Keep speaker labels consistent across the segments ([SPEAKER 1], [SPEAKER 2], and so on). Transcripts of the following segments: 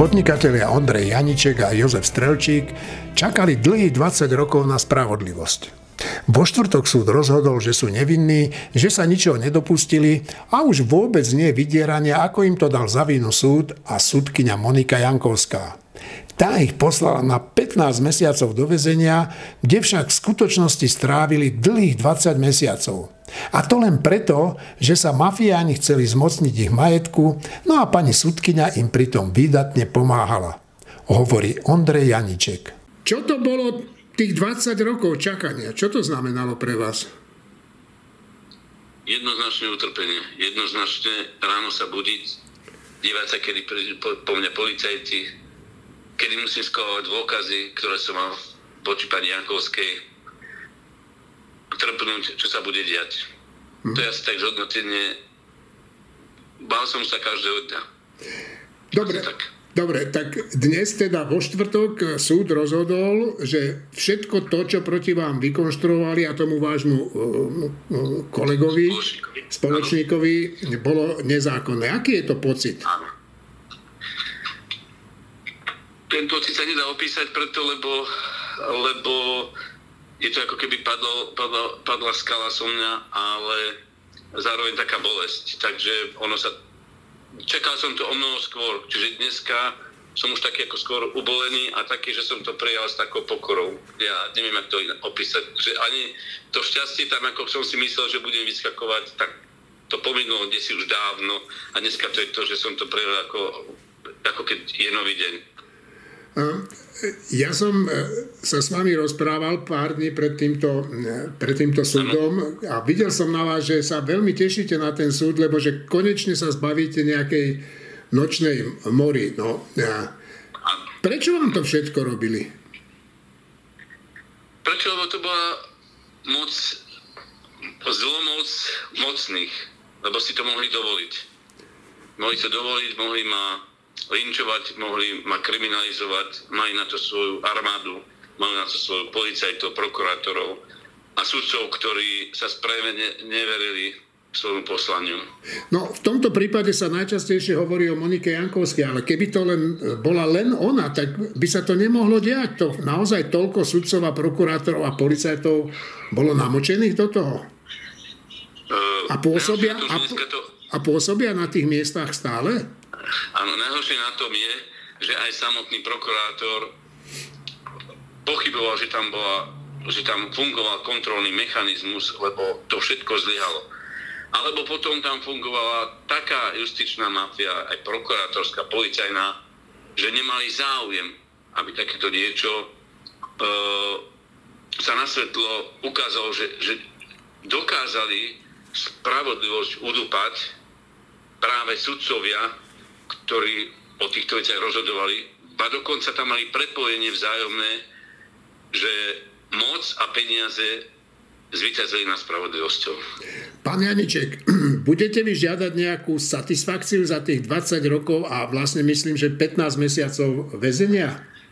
[SPEAKER 1] Podnikatelia Ondrej Janiček a Jozef Strelčík čakali dlhých 20 rokov na spravodlivosť. Vo štvrtok súd rozhodol, že sú nevinní, že sa ničoho nedopustili a už vôbec nie vydierania, ako im to dal za vinu súd a súdkyňa Monika Jankovská. Tá ich poslala na 15 mesiacov do väzenia, kde však v skutočnosti strávili dlhých 20 mesiacov. A to len preto, že sa mafiáni chceli zmocniť ich majetku, no a pani sudkyňa im pritom výdatne pomáhala. Hovorí Ondrej Janiček. Čo to bolo tých 20 rokov čakania? Čo to znamenalo pre vás?
[SPEAKER 2] Jednoznačné utrpenie. Jednoznačne ráno sa budiť, dívať sa, kedy po mňa policajti, kedy musím skladovať dôkazy, ktoré som mal voči pani Jankovskej, trpnúť, čo sa bude diať. To je asi tak zhodnotenie. Bál som sa každého dňa.
[SPEAKER 1] Dobre, tak dnes teda vo štvrtok súd rozhodol, že všetko to, čo proti vám vykonštruovali a tomu vášmu kolegovi, spoločníkovi, bolo nezákonné. Aký je to pocit?
[SPEAKER 2] Áno. Ten pocit sa nedá opísať preto, lebo je to ako keby padla skala so mňa, ale zároveň taká bolesť. Takže čakal som to o mnoho skôr. Čiže dneska som už taký ako skôr ubolený a taký, že som to prijal s takou pokorou. Ja neviem, ako to opísať. Že ani to šťastie tam, ako som si myslel, že budem vyskakovať, tak to pominulo kdesi už dávno. A dneska to je to, že som to prijal ako keď je nový deň.
[SPEAKER 1] Ja som sa s vami rozprával pár dní pred týmto súdom a videl som na vás, že sa veľmi tešíte na ten súd, lebo že konečne sa zbavíte nejakej nočnej mori. No, prečo vám to všetko robili?
[SPEAKER 2] Prečo? Lebo to bola zlomoc mocných, lebo si to mohli dovoliť. Mohli ma linčovať, mohli ma kriminalizovať, mali na to svoju armádu, mali na to svoju policajtov, prokurátorov a sudcov, ktorí sa sprejme neverili svojmu poslaniu.
[SPEAKER 1] No, v tomto prípade sa najčastejšie hovorí o Monike Jankovskej, ale keby to bola len ona, tak by sa to nemohlo diať. To naozaj toľko sudcov a prokurátorov a policajtov bolo namočených do toho. A pôsobia na tých miestach stále?
[SPEAKER 2] Áno, najhoršie na tom je, že aj samotný prokurátor pochyboval, že tam fungoval kontrolný mechanizmus, lebo to všetko zlyhalo. Alebo potom tam fungovala taká justičná mafia, aj prokurátorská, policajná, že nemali záujem, aby takéto niečo sa nasvetlo ukázalo, že dokázali spravodlivosť udúpať práve sudcovia, ktorí o týchto veciach rozhodovali, a dokonca tam mali prepojenie vzájomné, že moc a peniaze zvíťazili nad spravodlivosťou.
[SPEAKER 1] Pán Janiček, budete vy žiadať nejakú satisfakciu za tých 20 rokov a vlastne myslím, že 15 mesiacov väzenia?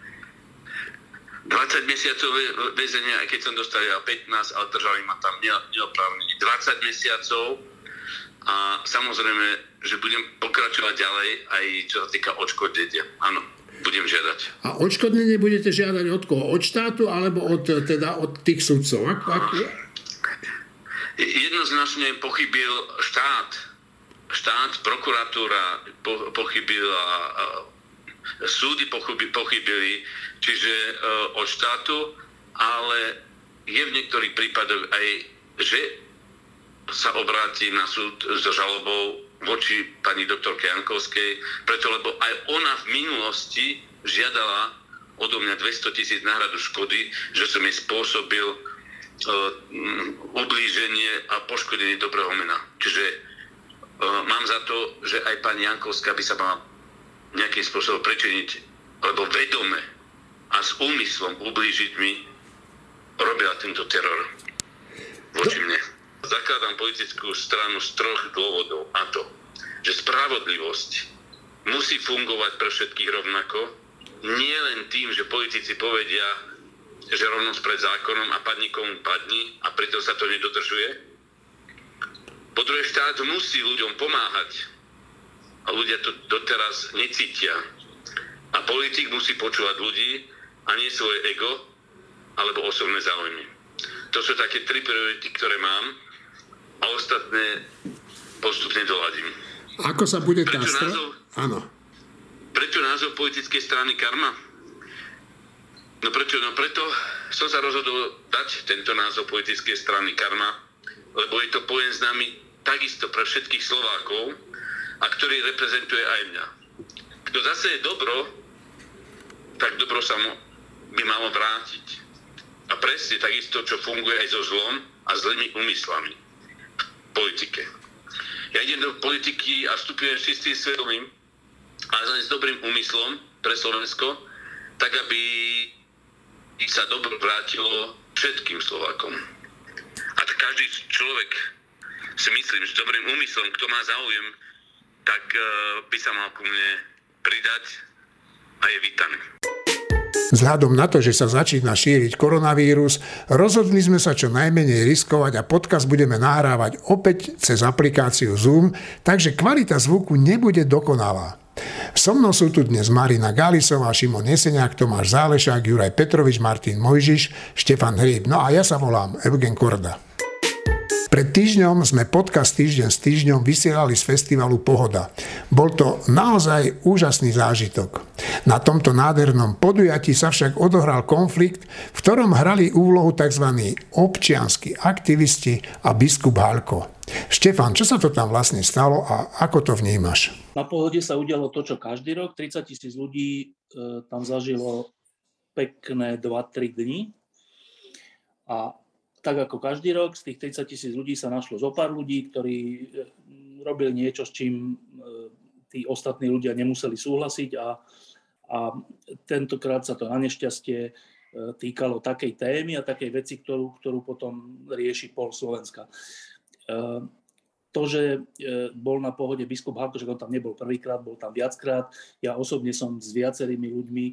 [SPEAKER 2] 20 mesiacov väzenia, aj keď som dostal ja 15, ale držali ma tam neoprávnene 20 mesiacov. A samozrejme, že budem pokračovať ďalej aj čo sa týka odškodnenia. Áno, budem žiadať. A
[SPEAKER 1] odškodnenie budete žiadať od koho? Od štátu alebo od tých sudcov?
[SPEAKER 2] Jednoznačne pochybil štát. Štát, prokuratúra pochybila, súdy pochybili, čiže od štátu, ale je v niektorých prípadoch aj, že sa obráti na súd so žalobou voči pani doktorke Jankovskej, preto lebo aj ona v minulosti žiadala odo mňa 200 000 náhradu škody, že som jej spôsobil ublíženie a poškodenie dobrého mena. Čiže mám za to, že aj pani Jankovská by sa mala nejakým spôsobom prečiniť, lebo vedome a s úmyslom ublížiť mi robila tento teror voči mne. Zakladám politickú stranu z 3 dôvodov. A to, že spravodlivosť musí fungovať pre všetkých rovnako, nie len tým, že politici povedia, že rovnosť pred zákonom a padni komu padni a pritom sa to nedodržuje. Po druhé, štát musí ľuďom pomáhať a ľudia to doteraz necítia. A politik musí počúvať ľudí a nie svoje ego alebo osobné záujmy. To sú také 3 priority, ktoré mám a ostatné postupne doladím.
[SPEAKER 1] Ako sa bude tá
[SPEAKER 2] Áno. Prečo názov politickej strany Karma? No prečo? No preto som sa rozhodol dať tento názov politickej strany Karma, lebo je to pojem známy takisto pre všetkých Slovákov a ktorý reprezentuje aj mňa. Kto zase je dobro, tak dobro sa by malo vrátiť. A presne takisto, čo funguje aj so zlom a zlými úmyslami v politike. Ja idem do politiky a vstupujem s čistým svedomím, ale s dobrým úmyslom pre Slovensko, tak aby sa dobro vrátilo všetkým Slovákom. A každý človek, si myslím, s dobrým úmyslom, kto má záujem, tak by sa mal ku mne pridať a je vítaný.
[SPEAKER 1] Vzhľadom na to, že sa začína šíriť koronavírus, rozhodli sme sa čo najmenej riskovať a podcast budeme nahrávať opäť cez aplikáciu Zoom, takže kvalita zvuku nebude dokonalá. So mnou sú tu dnes Marina Gálisová, Šimon Jeseniak, Tomáš Zálešák, Juraj Petrovič, Martin Mojžiš, Štefan Hríb. No a ja sa volám Eugen Korda. Pred týždňom sme podcast Týždeň s týždňom vysielali z festivalu Pohoda. Bol to naozaj úžasný zážitok. Na tomto nádhernom podujatí sa však odohral konflikt, v ktorom hrali úlohu tzv. Občianski aktivisti a biskup Halko. Štefan, čo sa to tam vlastne stalo a ako to vnímaš?
[SPEAKER 3] Na Pohode sa udialo to, čo každý rok. 30 000 ľudí tam zažilo pekné 2-3 dni. A tak ako každý rok, z tých 30 000 ľudí sa našlo zo pár ľudí, ktorí robili niečo, s čím tí ostatní ľudia nemuseli súhlasiť a tentokrát sa to na nešťastie týkalo takej témy a takej veci, ktorú potom rieši pol Slovenska. To, že bol na Pohode biskup Halko, že on tam nebol prvýkrát, bol tam viackrát. Ja osobne som s viacerými ľuďmi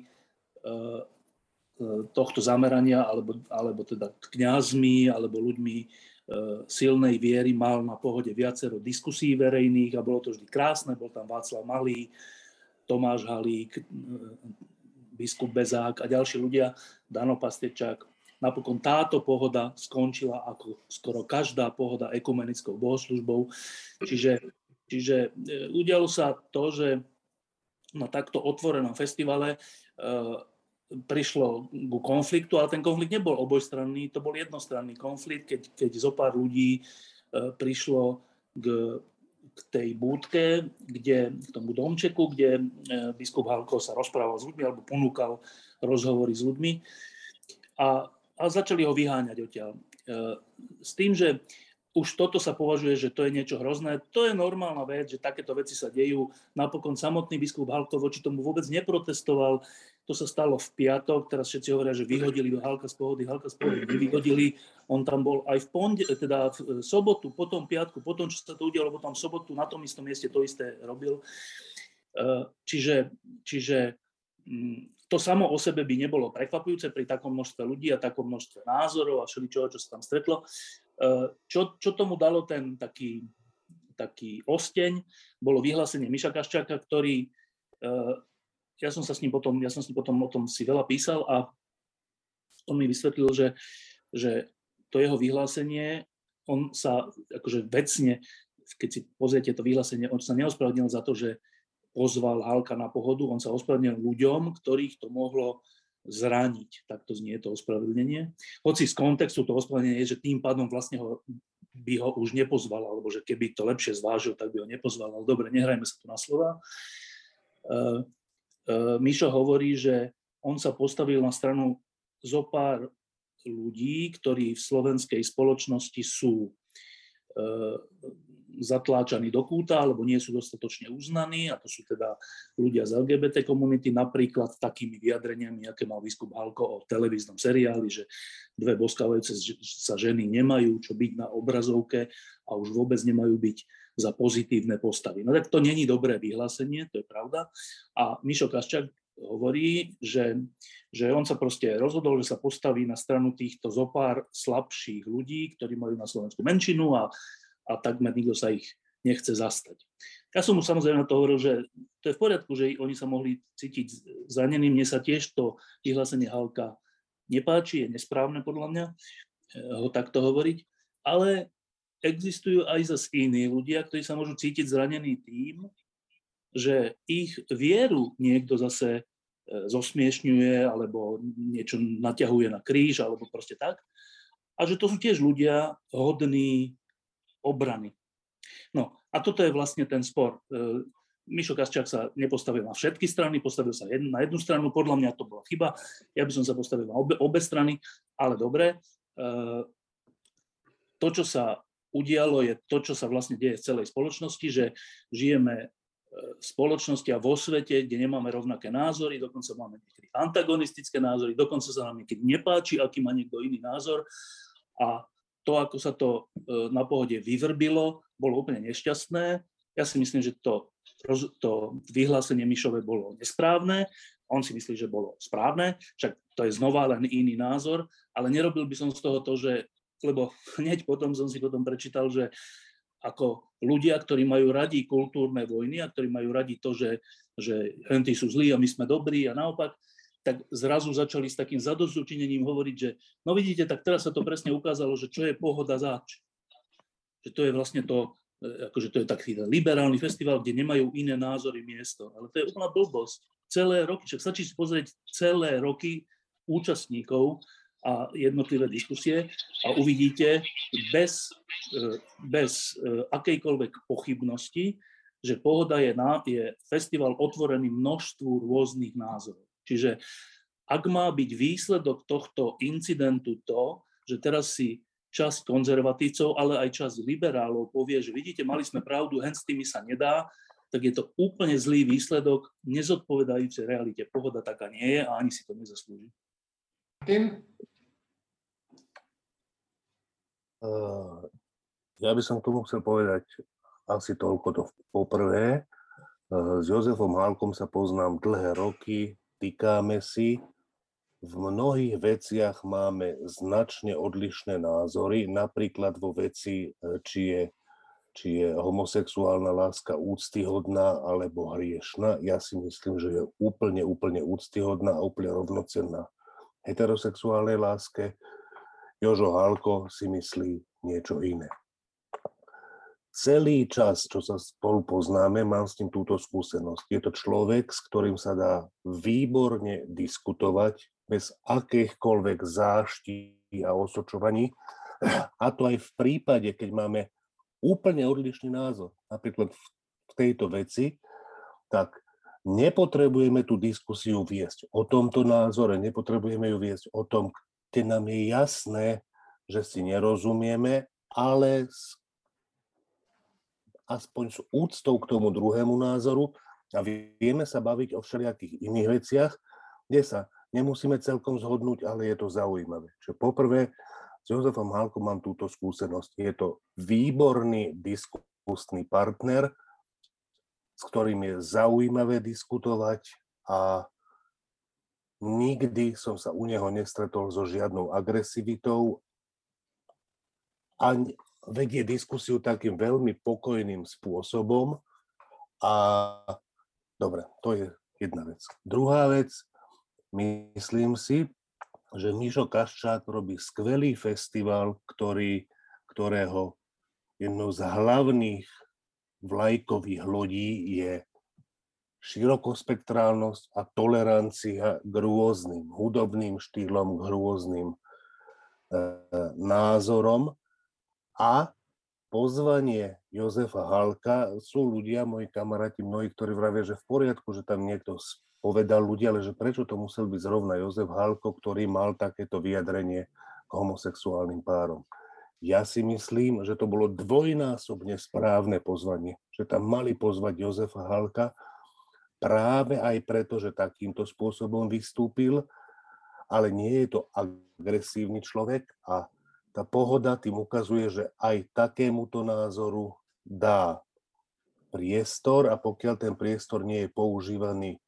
[SPEAKER 3] tohto zamerania, alebo teda kňazmi, alebo ľuďmi silnej viery mal na Pohode viacero diskusí verejných a bolo to vždy krásne. Bol tam Václav Malý, Tomáš Halík, biskup Bezák a ďalší ľudia, Dano Pastečák. Napokon táto pohoda skončila ako skoro každá pohoda ekumenickou bohoslužbou. Čiže udialo sa to, že na takto otvorenom festivale prišlo ku konfliktu, ale ten konflikt nebol obojstranný, to bol jednostranný konflikt, keď zo pár ľudí prišlo k tej búdke, k tomu domčeku, kde biskup Halko sa rozprával s ľuďmi alebo ponúkal rozhovory s ľuďmi a začali ho vyháňať odtiaľ. S tým, že už toto sa považuje, že to je niečo hrozné. To je normálna vec, že takéto veci sa dejú. Napokon samotný biskup Halko voči tomu vôbec neprotestoval. To sa stalo v piatok. Teraz všetci hovoria, že vyhodili Halka z Pohody. Halka z Pohody nevyhodili. On tam bol aj v sobotu, potom piatku, potom, čo sa to udialo, potom v sobotu na tom istom mieste to isté robil. Čiže to samo o sebe by nebolo prekvapujúce pri takom množstve ľudí a takom množstve názorov a všeličoho, čo sa tam stretlo. Čo tomu dalo ten taký osteň, bolo vyhlásenie Miša Kaščáka, ktorý, ja som s ním potom o tom si veľa písal a on mi vysvetlil, že to jeho vyhlásenie, on sa akože vecne, keď si pozriete to vyhlásenie, on sa neospravedlnil za to, že pozval Halka na Pohodu, on sa ospravedlnil ľuďom, ktorých to mohlo zraniť. Takto znie to ospravedlnenie. Hoci z kontextu to ospravedlnenie je, že tým pádom vlastne by ho už nepozval, alebo že keby to lepšie zvážil, tak by ho nepozval. Ale dobre, nehrajme sa tu na slova. Mišo hovorí, že on sa postavil na stranu zopár ľudí, ktorí v slovenskej spoločnosti sú zatláčaní do kúta, alebo nie sú dostatočne uznaní, a to sú teda ľudia z LGBT komunity, napríklad takými vyjadreniami, aké mal biskup Halko o televíznom seriáli, že dve boskávajúce sa ženy nemajú čo byť na obrazovke a už vôbec nemajú byť za pozitívne postavy. No tak to není dobré vyhlásenie, to je pravda. A Mišo Kaščák hovorí, že on sa proste rozhodol, že sa postaví na stranu týchto zopár slabších ľudí, ktorí majú na Slovensku menšinu a takmer nikto sa ich nechce zastať. Ja som mu samozrejme to hovoril, že to je v poriadku, že oni sa mohli cítiť zranení. Mne sa tiež to vyhlásenie Halka nepáči, je nesprávne podľa mňa ho takto hovoriť, ale existujú aj zase iní ľudia, ktorí sa môžu cítiť zranení tým, že ich vieru niekto zase zosmiešňuje alebo niečo naťahuje na kríž alebo proste tak. A že to sú tiež ľudia hodní obrany. No a toto je vlastne ten spor. Mišo Kaščák sa nepostavil na všetky strany, postavil sa na jednu stranu, podľa mňa to bola chyba. Ja by som sa postavil na obe strany, ale dobre. To, čo sa udialo, je to, čo sa vlastne deje v celej spoločnosti, že žijeme v spoločnosti a vo svete, kde nemáme rovnaké názory, dokonca máme niekedy antagonistické názory, dokonca sa nám niekedy nepáči, aký má niekto iný názor. A to, ako sa to na Pohode vyvrbilo, bolo úplne nešťastné. Ja si myslím, že to vyhlásenie Mišove bolo nesprávne, on si myslí, že bolo správne, však to je znova len iný názor, ale nerobil by som z toho to, že, lebo hneď potom som si prečítal, že ako ľudia, ktorí majú radi kultúrne vojny a ktorí majú radi to, že hentí sú zlí a my sme dobrí a naopak, tak zrazu začali s takým zadosťučinením hovoriť, že no vidíte, tak teraz sa to presne ukázalo, že čo je Pohoda zač. Že to je vlastne to, akože to je taký liberálny festival, kde nemajú iné názory miesto. Ale to je úplná blbosť. Celé roky, však stačí si pozrieť celé roky účastníkov a jednotlivé diskusie a uvidíte bez akejkoľvek pochybnosti, že Pohoda je festival otvorený množstvu rôznych názorov. Čiže ak má byť výsledok tohto incidentu to, že teraz si časť konzervatívcov, ale aj časť liberálov povie, že vidíte, mali sme pravdu, hen s tými sa nedá, tak je to úplne zlý výsledok, nezodpovedajúcej realite. Pohoda taká nie je a ani si to nezaslúži.
[SPEAKER 4] Ja by som k tomu chcel povedať asi toľko to poprvé. S Jozefom Hálkom sa poznám dlhé roky, týkáme si. V mnohých veciach máme značne odlišné názory, napríklad vo veci, či je homosexuálna láska úctyhodná alebo hriešna. Ja si myslím, že je úplne úctyhodná a úplne rovnocenná heterosexuálnej láske. Jožo Hálko si myslí niečo iné. Celý čas, čo sa spolu poznáme, mám s ním túto skúsenosť. Je to človek, s ktorým sa dá výborne diskutovať bez akýchkoľvek záští a osočovaní. A to aj v prípade, keď máme úplne odlišný názor. Napríklad v tejto veci, tak nepotrebujeme tú diskusiu viesť o tomto názore, nepotrebujeme ju viesť o tom, kde nám je jasné, že si nerozumieme, ale aspoň s úctou k tomu druhému názoru a vieme sa baviť o všelijakých iných veciach, kde sa nemusíme celkom zhodnúť, ale je to zaujímavé. Čiže poprvé, s Jozefom Hálkom mám túto skúsenosť. Je to výborný diskusný partner, s ktorým je zaujímavé diskutovať a nikdy som sa u neho nestretol so žiadnou agresivitou a vedie diskusiu takým veľmi pokojným spôsobom. A dobre, to je jedna vec. Druhá vec, myslím si, že Mišo Kaščák robí skvelý festival, ktorého jednou z hlavných vlajkových lodí je širokospektrálnosť a tolerancia k rôznym hudobným štýlom, k rôznym názorom. A pozvanie Jozefa Hálka, sú ľudia, moji kamaráti, mnohí, ktorí vravia, že v poriadku, že tam niekto povedal ľudia, ale že prečo to musel byť zrovna Jozef Hálko, ktorý mal takéto vyjadrenie k homosexuálnym párom. Ja si myslím, že to bolo dvojnásobne správne pozvanie, že tam mali pozvať Jozefa Hálka práve aj preto, že takýmto spôsobom vystúpil, ale nie je to agresívny človek a tá Pohoda tým ukazuje, že aj takémuto názoru dá priestor a pokiaľ ten priestor nie je používaný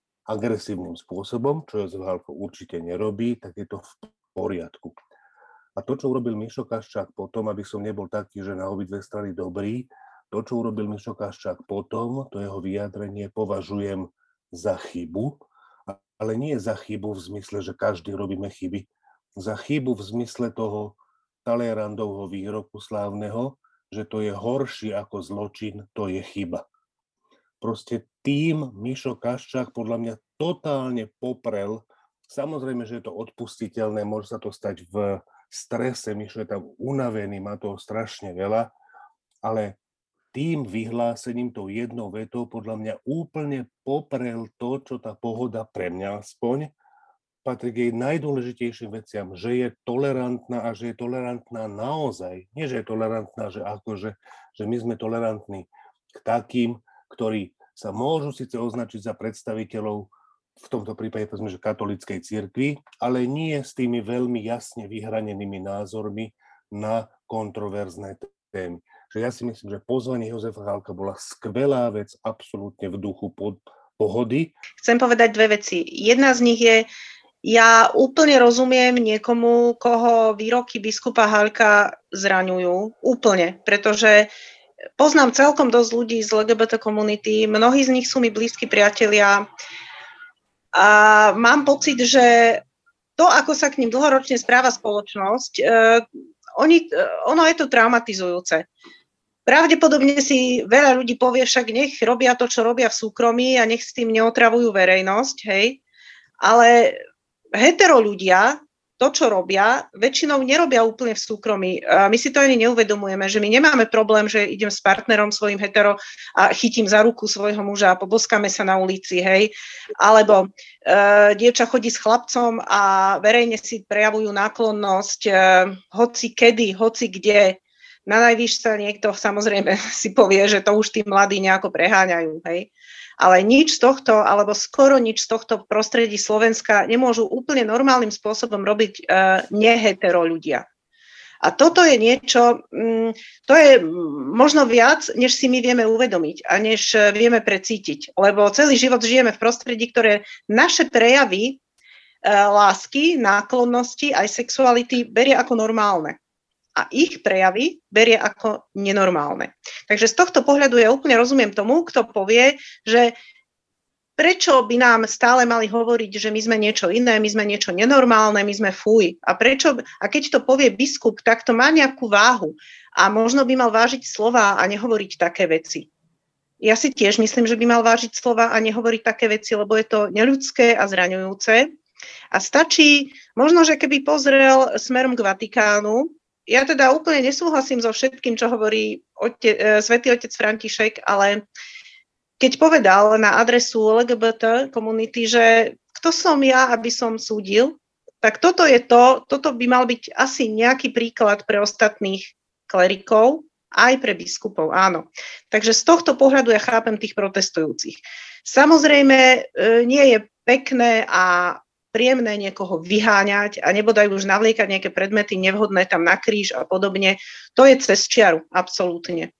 [SPEAKER 4] agresívnym spôsobom, čo Jozef Hálko určite nerobí, tak je to v poriadku. A to, čo urobil Mišo Kaščák potom, aby som nebol taký, že na obidve strany dobrý, to, čo urobil Mišo Kaščák potom, to jeho vyjadrenie považujem za chybu, ale nie za chybu v zmysle, že každý robíme chyby, za chybu v zmysle toho Talleyrandovho výroku slávneho, že to je horšie ako zločin, to je chyba. Proste tým Mišo Kaščák podľa mňa totálne poprel. Samozrejme, že je to odpustiteľné, môže sa to stať v strese, Mišo je tam unavený, má toho strašne veľa, ale tým vyhlásením, tou jednou vetou, podľa mňa úplne poprel to, čo tá Pohoda pre mňa aspoň patrí k jej najdôležitejším veciam, že je tolerantná a že je tolerantná naozaj. Nie, že je tolerantná, že akože, že my sme tolerantní k takým, ktorí sa môžu síce označiť za predstaviteľov v tomto prípade povedzme, že katolíckej cirkvi, ale nie s tými veľmi jasne vyhranenými názormi na kontroverzné témy. Že ja si myslím, že pozvanie Jozefa Hálka bola skvelá vec, absolútne v duchu Pohody.
[SPEAKER 5] Chcem povedať dve veci. Jedna z nich je, ja úplne rozumiem niekomu, koho výroky biskupa Hálka zraňujú. Úplne, pretože poznám celkom dosť ľudí z LGBT komunity, mnohí z nich sú mi blízki priatelia a mám pocit, že to, ako sa k ním dlhoročne správa spoločnosť, ono je to traumatizujúce. Pravdepodobne si veľa ľudí povie, však nech robia to, čo robia v súkromí a nech s tým neotravujú verejnosť, hej. Ale hetero ľudia, to, čo robia, väčšinou nerobia úplne v súkromí. A my si to ani neuvedomujeme, že my nemáme problém, že idem s partnerom svojim hetero a chytím za ruku svojho muža a poboskáme sa na ulici, hej. Alebo dievča chodí s chlapcom a verejne si prejavujú náklonnosť hoci kedy, hoci kde. Na najvyš sa niekto samozrejme si povie, že to už tí mladí nejako preháňajú, hej. Ale nič z tohto, alebo skoro nič z tohto v prostredí Slovenska nemôžu úplne normálnym spôsobom robiť nehetero ľudia. A toto je niečo, to je možno viac, než si my vieme uvedomiť a než vieme precítiť. Lebo celý život žijeme v prostredí, ktoré naše prejavy lásky, náklonnosti aj sexuality berie ako normálne. A ich prejavy berie ako nenormálne. Takže z tohto pohľadu ja úplne rozumiem tomu, kto povie, že prečo by nám stále mali hovoriť, že my sme niečo iné, my sme niečo nenormálne, my sme fuj. A keď to povie biskup, tak to má nejakú váhu. A možno by mal vážiť slova a nehovoriť také veci. Ja si tiež myslím, že by mal vážiť slova a nehovoriť také veci, lebo je to neľudské a zraňujúce. A stačí, možno, že keby pozrel smerom k Vatikánu. Ja teda úplne nesúhlasím so všetkým, čo hovorí svätý otec František, ale keď povedal na adresu LGBT komunity, že kto som ja, aby som súdil, tak toto by mal byť asi nejaký príklad pre ostatných klerikov, aj pre biskupov, áno. Takže z tohto pohľadu ja chápem tých protestujúcich. Samozrejme, nie je pekné a príjemné niekoho vyháňať a nebodaj už navliekať nejaké predmety nevhodné tam na kríž a podobne. To je cez čiaru, absolútne.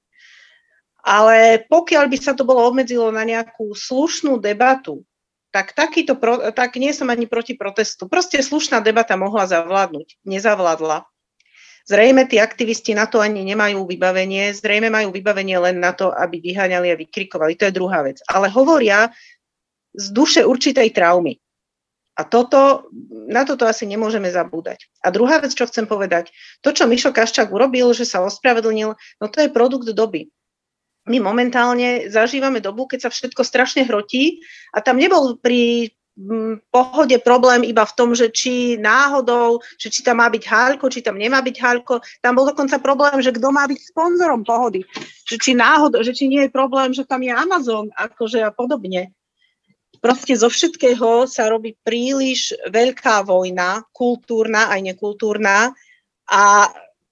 [SPEAKER 5] Ale pokiaľ by sa to bolo obmedzilo na nejakú slušnú debatu, tak nie som ani proti protestu. Proste slušná debata mohla zavládnuť. Nezavládla. Zrejme tí aktivisti na to ani nemajú vybavenie, zrejme majú vybavenie len na to, aby vyháňali a vykrikovali. To je druhá vec. Ale hovoria z duše určitej traumy. A na toto asi nemôžeme zabúdať. A druhá vec, čo chcem povedať, to, čo Mišo Kaščák urobil, že sa ospravedlnil, no to je produkt doby. My momentálne zažívame dobu, keď sa všetko strašne hrotí a tam nebol pri Pohode problém iba v tom, že či náhodou, že či tam má byť Háľko, či tam nemá byť Háľko. Tam bol dokonca problém, že kto má byť sponzorom Pohody. Že či nie je problém, že tam je Amazon, akože a podobne. Proste zo všetkého sa robí príliš veľká vojna, kultúrna aj nekultúrna. A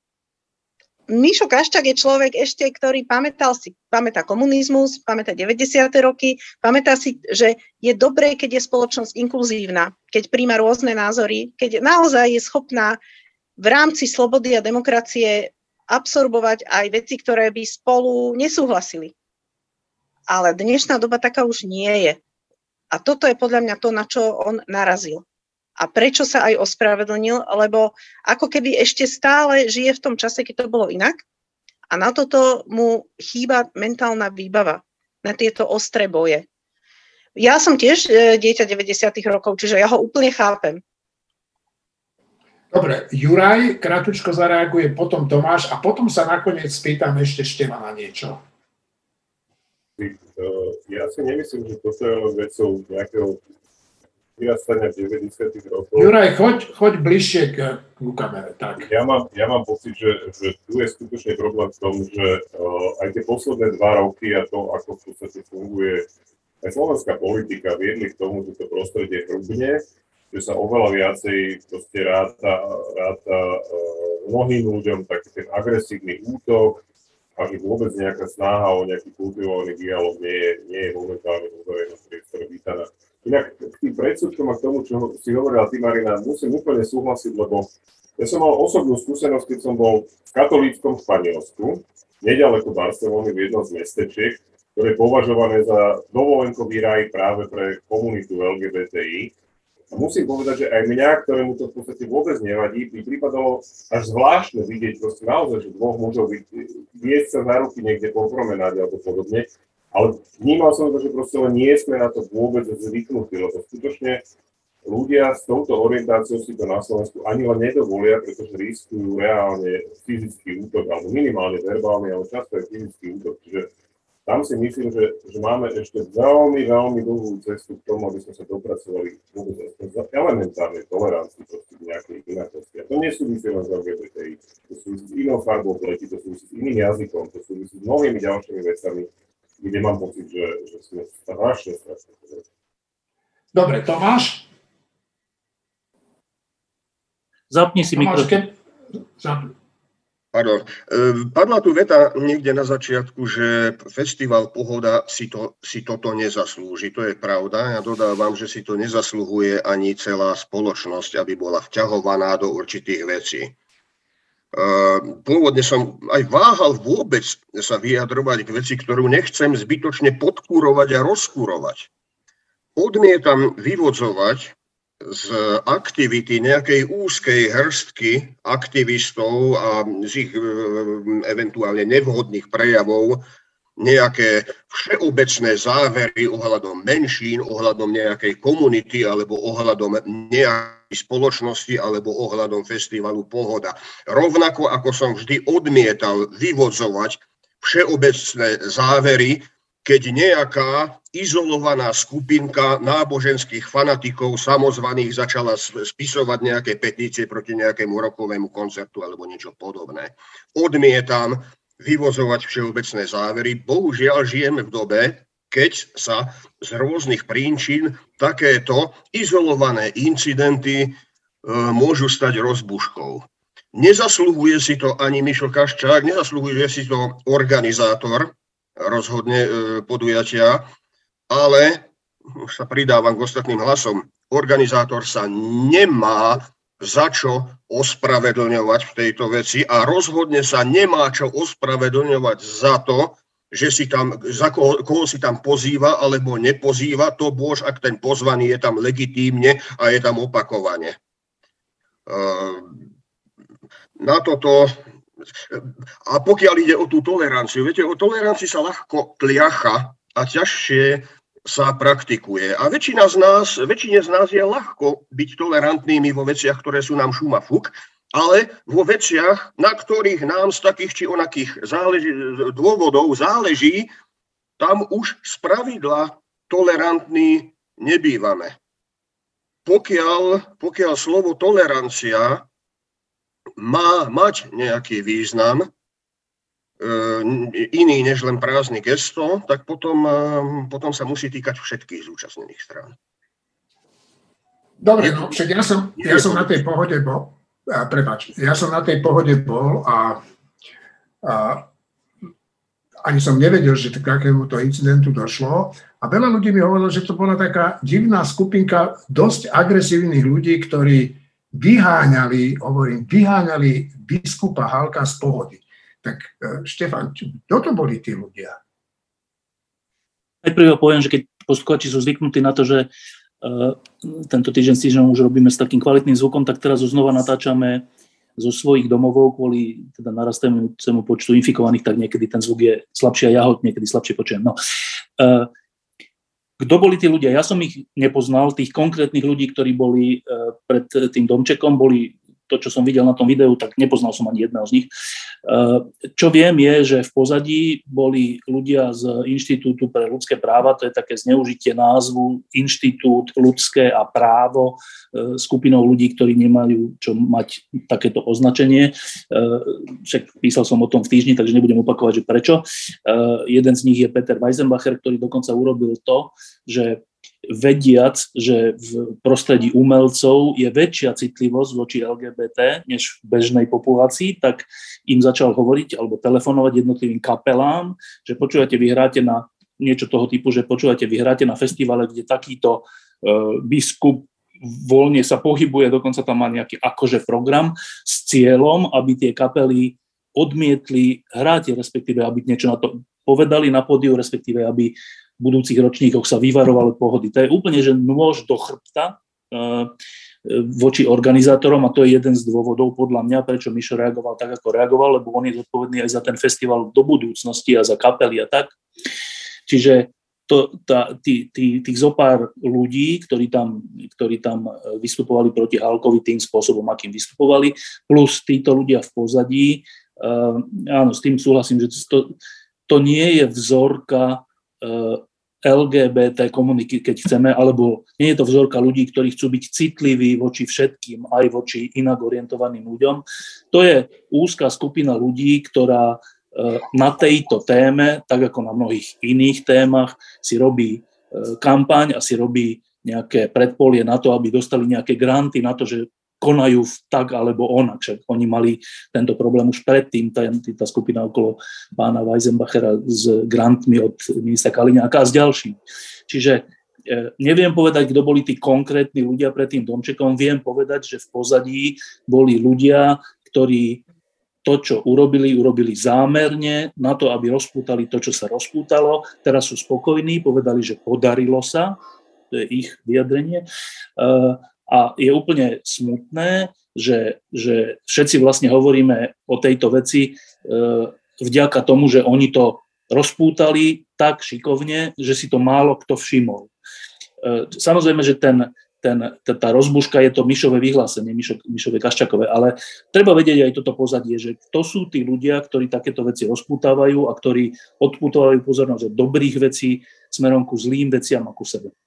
[SPEAKER 5] Mišo Kaščák je človek ešte, ktorý pamätá komunizmus, pamätá 90. roky, pamätá si, že je dobré, keď je spoločnosť inkluzívna, keď príjma rôzne názory, keď naozaj je schopná v rámci slobody a demokracie absorbovať aj veci, ktoré by spolu nesúhlasili. Ale dnešná doba taká už nie je. A toto je podľa mňa to, na čo on narazil. a prečo sa aj ospravedlnil, lebo ako keby ešte stále žije v tom čase, keď to bolo inak a na toto mu chýba mentálna výbava, na tieto ostré boje. Ja som tiež dieťa 90. rokov, čiže ja ho úplne chápem.
[SPEAKER 1] Dobre, Juraj kratučko zareaguje, potom Tomáš a potom sa nakoniec spýtam ešte Števana niečo.
[SPEAKER 6] Ja si nemyslím, že toto je len vecou nejakého vyrastania 90. rokov.
[SPEAKER 1] Juraj, choď bližšie k kamere. Tak.
[SPEAKER 6] Ja mám pocit, že tu je skutočne problém v tom, že aj tie posledné 2 roky a to, ako v podstate funguje aj slovenská politika, viedli k tomu, že to prostredie hrubne, že sa oveľa viacej proste ráta mnohým ľuďom taký ten agresívny útok a že vôbec nejaká snaha o nejaký kultivovaný dialog nie je momentálne vo verejnom priestore vítaná. Inak k tým predsudkom a k tomu, čo si hovorila ty, Marina, musím úplne súhlasiť, lebo ja som mal osobnú skúsenosť, keď som bol v katolíckom Španielsku, nedaleko Barcelony v jednom z mestečiek, ktoré je považované za dovolenkový raj práve pre komunitu LGBTI. A musím povedať, že aj mňa, ktorému to v podstate vôbec nevadí, by prípadalo až zvláštne vidieť proste naozaj, že 2 mužov viesť sa za ruky niekde po promenáde alebo podobne. Ale vnímal som to, že proste len nie sme na to vôbec zvyknutí, lebo skutočne ľudia s touto orientáciou si to na Slovensku ani len nedovolia, pretože riskujú reálne fyzický útok, alebo minimálne verbálny, ale často aj fyzický útok. Čiže tam si myslím, že máme ešte veľmi, veľmi dlhú cestu k tomu, aby sme sa dopracovali vôbec za elementárnej tolerancii proste nejakej inakosti. A to nesúvisí len s LGBTI, to súvisí s inou farbou pleti, to súvisí s iným jazykom, to súvisí s mnohými ďalšími vecami, kde mám pocit, že sme strašne.
[SPEAKER 1] Dobre, Tomáš?
[SPEAKER 3] Zapni si mikrofón.
[SPEAKER 7] Pardon. Padla tu veta niekde na začiatku, že festival Pohoda si toto nezaslúži. To je pravda. Ja dodávam, že si to nezasluhuje ani celá spoločnosť, aby bola vťahovaná do určitých vecí. Pôvodne som aj váhal vôbec sa vyjadrovať k veci, ktorú nechcem zbytočne podkurovať a rozkurovať. Odmietam vyvodzovať z aktivity nejakej úzkej hrstky aktivistov a z ich eventuálne nevhodných prejavov nejaké všeobecné závery ohľadom menšín, ohľadom nejakej komunity alebo ohľadom nejakej spoločnosti alebo ohľadom festivalu Pohoda. Rovnako ako som vždy odmietal vyvodzovať všeobecné závery, keď nejaká izolovaná skupinka náboženských fanatikov samozvaných začala spisovať nejaké petície proti nejakému rokovému koncertu alebo niečo podobné. Odmietam vyvozovať všeobecné závery. Bohužiaľ žijeme v dobe, keď sa z rôznych príčin takéto izolované incidenty môžu stať rozbuškou. Nezasluhuje si to ani Mišo Kaščák, nezasluhuje si to organizátor rozhodne podujatia, ale už sa pridávam k ostatným hlasom. Organizátor sa nemá za čo ospravedlňovať v tejto veci a rozhodne sa nemá čo ospravedlňovať za to, že si tam, za koho si tam pozýva alebo nepozýva, to bož, ak ten pozvaný je tam legitímne a je tam opakovane. Na toto. A pokiaľ ide o tú toleranciu, viete, o tolerancii sa ľahko tliacha a ťažšie sa praktikuje. A väčšine z nás je ľahko byť tolerantnými vo veciach, ktoré sú nám šum a fuk, ale vo veciach, na ktorých nám z takých či onakých dôvodov záleží, tam už spravidla tolerantní nebývame. Pokiaľ slovo tolerancia má mať nejaký význam, iný než len prázdny gesto, tak potom sa musí týkať všetkých zúčastnených strán.
[SPEAKER 1] Dobre, no však ja som na tej pohode bol, a ani som nevedel, že k takémuto incidentu došlo. A veľa ľudí mi hovorilo, že to bola taká divná skupinka dosť agresívnych ľudí, ktorí vyháňali biskupa Halka z Pohody. Tak Štefan, kto to boli tí ľudia?
[SPEAKER 3] Najprv poviem, že keď poslucháči sú zvyknutí na to, že tento týždeň s týždňom už robíme s takým kvalitným zvukom, tak teraz už znova natáčame zo svojich domovov kvôli teda narastajúcemu počtu infikovaných, tak niekedy ten zvuk je slabší a ja ho niekedy slabšie počujem. No. Kto boli tí ľudia? Ja som ich nepoznal, tých konkrétnych ľudí, ktorí boli pred tým domčekom, boli to, čo som videl na tom videu, tak nepoznal som ani jedného z nich. Čo viem je, že v pozadí boli ľudia z Inštitútu pre ľudské práva, to je také zneužitie názvu Inštitút ľudské a právo skupinou ľudí, ktorí nemajú čo mať takéto označenie. Však písal som o tom v týždni, takže nebudem opakovať, že prečo. Jeden z nich je Peter Weisenbacher, ktorý dokonca urobil to, že vediac, že v prostredí umelcov je väčšia citlivosť voči LGBT než v bežnej populácii, tak im začal hovoriť alebo telefonovať jednotlivým kapelám, že počúvate, vy hráte na niečo toho typu, že počúvate, vy hráte na festivale, kde takýto biskup voľne sa pohybuje, dokonca tam má nejaký akože program s cieľom, aby tie kapely odmietli hrať, respektíve aby niečo na to povedali na pódiu, respektíve aby v budúcich ročníkoch sa vyvarovali pohody. To je úplne, že nôž do chrbta voči organizátorom a to je jeden z dôvodov podľa mňa, prečo Mišo reagoval tak, ako reagoval, lebo on je zodpovedný aj za ten festival do budúcnosti a za kapely a tak. Čiže tých zopár ľudí, ktorí tam vystupovali proti Halkovi tým spôsobom, akým vystupovali, plus títo ľudia v pozadí, áno, s tým súhlasím, že to nie je vzorka LGBT komuniky, keď chceme, alebo nie je to vzorka ľudí, ktorí chcú byť citliví voči všetkým, aj voči inak orientovaným ľuďom. To je úzka skupina ľudí, ktorá na tejto téme, tak ako na mnohých iných témach, si robí kampaň a si robí nejaké predpolie na to, aby dostali nejaké granty na to, že konajú tak alebo onak. Však oni mali tento problém už predtým, tá skupina okolo pána Weisenbachera s grantmi od ministra Kaliňáka a s ďalším. Čiže neviem povedať, kto boli tí konkrétni ľudia pred tým domčekom, viem povedať, že v pozadí boli ľudia, ktorí to, čo urobili zámerne na to, aby rozpútali to, čo sa rozpútalo. Teraz sú spokojní, povedali, že podarilo sa, to je ich vyjadrenie. A je úplne smutné, že všetci vlastne hovoríme o tejto veci vďaka tomu, že oni to rozpútali tak šikovne, že si to málo kto všimol. Samozrejme, že tá rozbuška je to Mišové vyhlásenie, Mišové Kaščakové, ale treba vedieť aj toto pozadie, že to sú tí ľudia, ktorí takéto veci rozpútávajú a ktorí odpútávajú pozornosť od dobrých vecí smerom ku zlým veciam a ku sebe.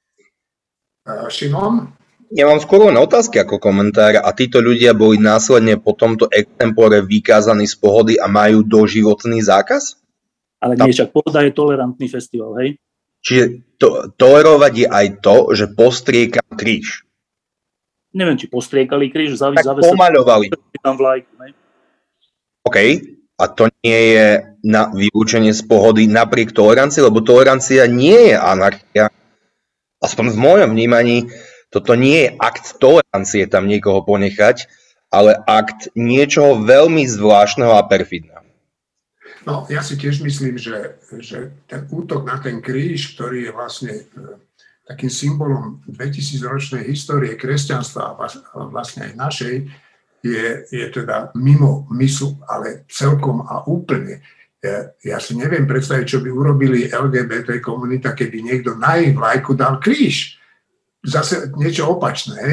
[SPEAKER 1] Šimon?
[SPEAKER 8] Ja mám skôr len otázky ako komentár a títo ľudia boli následne po tomto extempore vykázaní z pohody a majú doživotný zákaz?
[SPEAKER 3] Ale nie, však Pohoda je tolerantný festival, hej?
[SPEAKER 8] Čiže tolerovať je aj to, že postriekam kríž.
[SPEAKER 3] Neviem, či postriekali kríž,
[SPEAKER 8] tak pomaľovali.
[SPEAKER 3] Tam vlajku, hej?
[SPEAKER 8] OK, a to nie je na vylúčenie z pohody napriek tolerancii, lebo tolerancia nie je anarchia. Aspoň v mojom vnímaní toto nie je akt tolerancie tam niekoho ponechať, ale akt niečoho veľmi zvláštneho a perfidného.
[SPEAKER 1] No, ja si tiež myslím, že ten útok na ten kríž, ktorý je vlastne takým symbolom 2000-ročnej histórie kresťanstva a vlastne aj našej, je teda mimo myslu, ale celkom a úplne. Ja si neviem predstaviť, čo by urobili LGBT komunita, keby niekto na ich vlajku dal kríž. Zase niečo opačné, hej?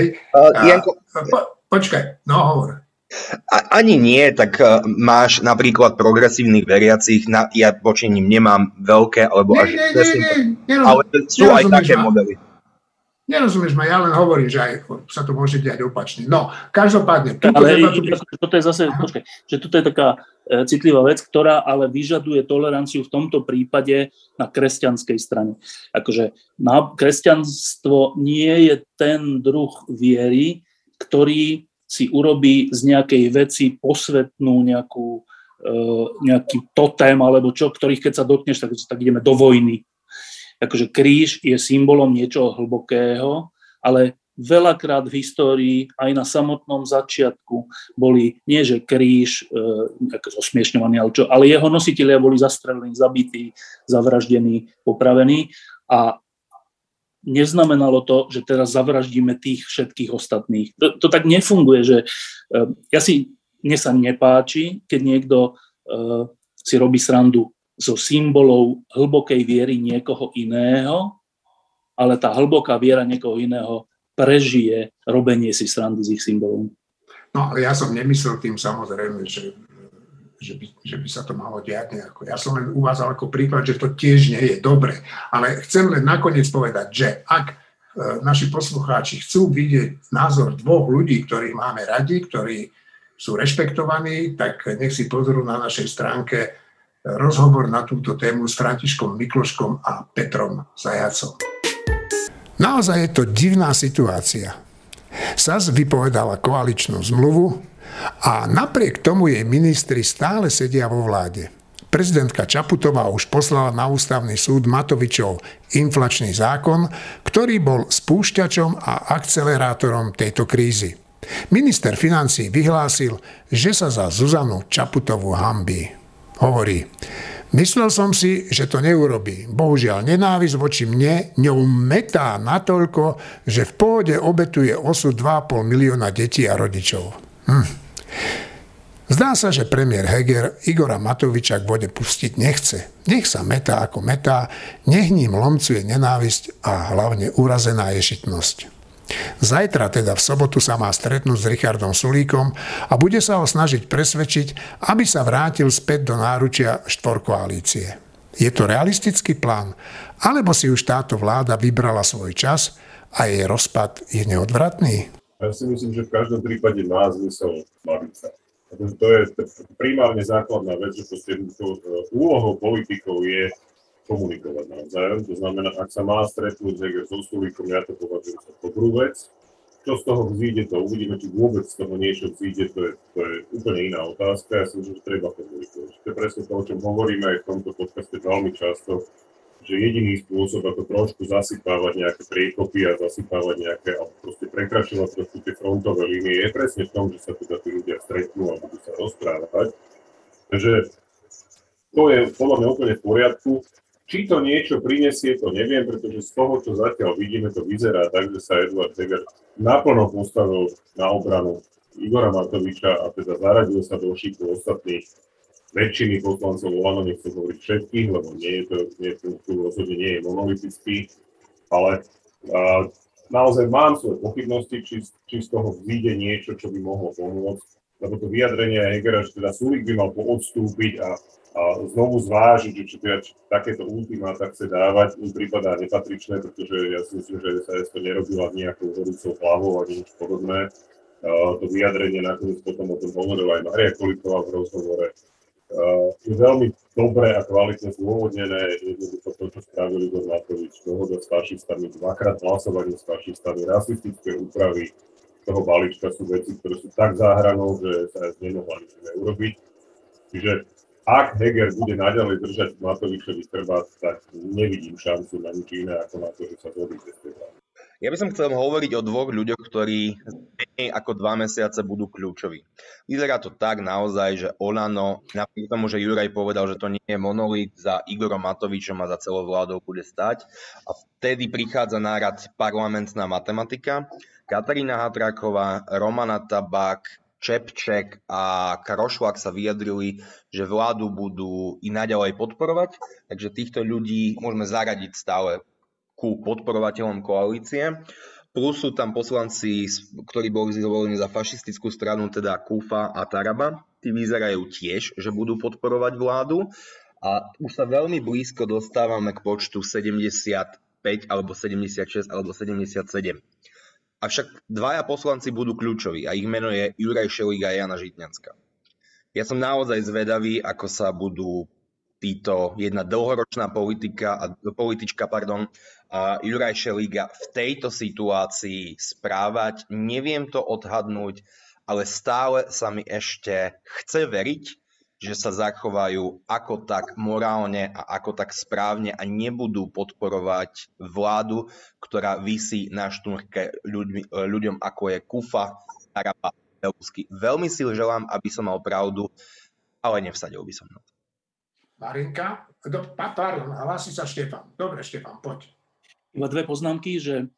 [SPEAKER 1] Počkaj, no hovor.
[SPEAKER 8] Ani nie, tak máš napríklad progresívnych veriacich, ja voči nim nemám veľké, alebo
[SPEAKER 1] až...
[SPEAKER 8] ale sú aj také modely.
[SPEAKER 1] Nerozumieš ma, ja len hovorím, že aj sa to môže diať opačne. No, každopádne...
[SPEAKER 3] Toto je zase, počkaj, že toto je taká citlivá vec, ktorá ale vyžaduje toleranciu v tomto prípade na kresťanskej strane. Akože kresťanstvo nie je ten druh viery, ktorý si urobí z nejakej veci posvetnú nejaký totém alebo čo, ktorých keď sa dotkneš, tak ideme do vojny. Akože kríž je symbolom niečoho hlbokého, ale veľakrát v histórii, aj na samotnom začiatku, boli nie že kríž zosmiešňovaný, ale jeho nositelia boli zastrelení, zabití, zavraždení, popravení a neznamenalo to, že teraz zavraždíme tých všetkých ostatných. To tak nefunguje, že mne sa nepáči, keď niekto si robí srandu zo symbolov hlbokej viery niekoho iného, ale tá hlboká viera niekoho iného prežije robenie si srandy z ich symbolov.
[SPEAKER 1] No, ja som nemyslel tým samozrejme, že by sa to malo diať nejako. Ja som len uvádzal ako príklad, že to tiež nie je dobre. Ale chcem len nakoniec povedať, že ak naši poslucháči chcú vidieť názor dvoch ľudí, ktorých máme radi, ktorí sú rešpektovaní, tak nech si pozrú na našej stránke rozhovor na túto tému s Františkom Mikloškom a Petrom Zajacom. Naozaj je to divná situácia. SAS vypovedala koaličnú zmluvu a napriek tomu jej ministri stále sedia vo vláde. Prezidentka Čaputová už poslala na ústavný súd Matovičov inflačný zákon, ktorý bol spúšťačom a akcelerátorom tejto krízy. Minister financií vyhlásil, že sa za Zuzanu Čaputovú hanbí. Hovorí: myslel som si, že to neurobí. Bohužiaľ, nenávisť voči mne ňou metá natoľko, že v pohode obetuje osud 2,5 milióna detí a rodičov. Zdá sa, že premiér Heger Igora Matoviča k vode pustiť nechce. Nech sa metá ako metá, nech ním lomcuje nenávisť a hlavne urazená ješitnosť. Zajtra, teda v sobotu, sa má stretnúť s Richardom Sulíkom a bude sa ho snažiť presvedčiť, aby sa vrátil späť do náručia štvorkoalície. Je to realistický plán, alebo si už táto vláda vybrala svoj čas a jej rozpad je neodvratný?
[SPEAKER 6] Ja si myslím, že v každom prípade má zmysel baviť sa. To je primárne základná vec, že úlohou politikov je komunikovať navzájom. To znamená, ak sa má stretnúť Heger so Sulíkom, ja to považujem za dobrú vec. Čo z toho vzíde, to uvidíme, či vôbec z toho niečo vzíde, to je úplne iná otázka. Ja si myslím, že treba komunikovať. To je presne to, o čom hovoríme aj v tomto podcaste veľmi často, že jediný spôsob, ako trošku zasypávať nejaké priekopy a zasypávať nejaké, alebo proste prekračovať trošku tie frontové línie, je presne v tom, že sa teda tí ľudia stretnú a budú sa rozprávať. Takže to je podľa mňa úplne v poriadku. Či to niečo prinesie, to neviem, pretože z toho, čo zatiaľ vidíme, to vyzerá tak, že sa Eduard Heger naplno postavil na obranu Igora Matoviča a teda zaradil sa do šiku ostatných väčšiny poslancov Olano, nechcem hovoriť všetkých, lebo to rozhodne nie je monolitický, ale naozaj mám svoje pochybnosti, či z toho vyjde niečo, čo by mohlo pomôcť, lebo to vyjadrenie Hegera, že teda Sulík by mal odstúpiť a znovu zvážiť, že či takéto ultimáta chce dávať, im prípadá nepatričné, pretože ja si myslím, že SAS to nerobila nejakou horúcou hlavou ani nič podobné. To vyjadrenie nakoniec potom o tom hovorila aj Mária Kolíková v rozhovore. Je veľmi dobré a kvalitne zdôvodnené, jednoducho to, čo spravili Igor Matovič, dohoda s fašistami, dvakrát hlasovanie s fašistami, rasistické úpravy toho balíčka sú veci, ktoré sú tak za hranou, že SAS nemohla nič neurobiť. Čiže ak Heger bude naďalej držať Matovičovi chrbát, tak nevidím šancu na nič iné, ako na to, že sa zhodíte z tej vlády.
[SPEAKER 8] Ja by som chcel hovoriť o dvoch ľuďoch, ktorí menej ako 2 mesiace budú kľúčoví. Vyzerá to tak naozaj, že Olano, napriek tomu, že Juraj povedal, že to nie je monolit, za Igorom Matovičom a za celou vládou bude stať. A vtedy prichádza na rad parlamentná matematika. Katarína Hatráková, Romana Tabák, Čepček a Karošľák sa vyjadrili, že vládu budú i naďalej podporovať, takže týchto ľudí môžeme zaradiť stále ku podporovateľom koalície. Plus sú tam poslanci, ktorí boli zvolení za fašistickú stranu, teda Kufa a Taraba. Tí vyzerajú tiež, že budú podporovať vládu. A už sa veľmi blízko dostávame k počtu 75 alebo 76 alebo 77. Avšak 2 poslanci budú kľúčoví a ich meno je Juraj Šelík a Jana Žitňanská. Ja som naozaj zvedavý, ako sa budú jedna dlhoročná politička a Juraj Šelík v tejto situácii správať. Neviem to odhadnúť, ale stále sa mi ešte chce veriť, že sa zachovajú ako tak morálne a ako tak správne a nebudú podporovať vládu, ktorá visí na šnúrke ľuďom ako je Kufa, Taraba, Belusky. Veľmi si želám, aby som mal pravdu, ale nevsadil by som na to.
[SPEAKER 1] Marinka? Pardon, hlási sa Štefan. Dobre, Štefan, poď.
[SPEAKER 3] Iba dve poznámky, že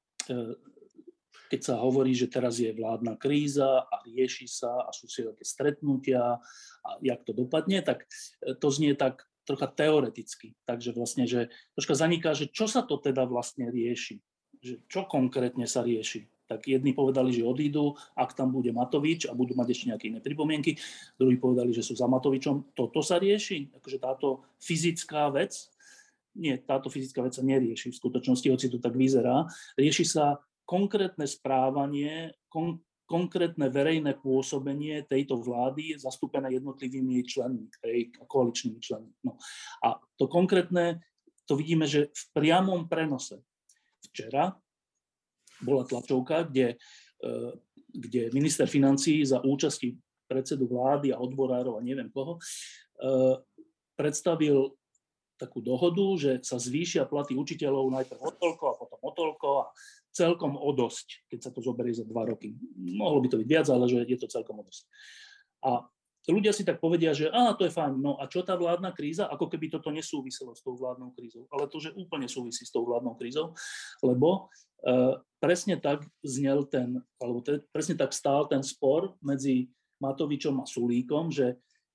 [SPEAKER 3] keď sa hovorí, že teraz je vládna kríza a rieši sa a sú si také stretnutia a jak to dopadne, tak to znie tak trocha teoreticky. Takže vlastne, že troška zaniká, že čo sa to teda vlastne rieši. Že čo konkrétne sa rieši. Tak jedni povedali, že odídu, ak tam bude Matovič a budú mať ešte nejaké iné pripomienky. Druhí povedali, že sú za Matovičom. Toto sa rieši? Akože táto fyzická vec? Nie, táto fyzická vec sa nerieši v skutočnosti, hoci to tak vyzerá. Rieši sa konkrétne správanie, konkrétne verejné pôsobenie tejto vlády zastúpené jednotlivými jej členmi, koaličnými členmi. No. A to konkrétne, to vidíme, že v priamom prenose. Včera bola tlačovka, kde minister financií za účasti predsedu vlády a odborárov a neviem koho predstavil takú dohodu, že sa zvýšia platy učiteľov najprv o toľko a potom o toľko a celkom o dosť, keď sa to zoberie za 2 roky. Mohlo by to byť viac, ale že je to celkom o dosť. A ľudia si tak povedia, že to je fajn, no a čo tá vládna kríza? Ako keby toto nesúviselo s tou vládnou krízou. Ale to, že úplne súvisí s tou vládnou krízou, lebo presne tak znel presne tak stál ten spor medzi Matovičom a Sulíkom, že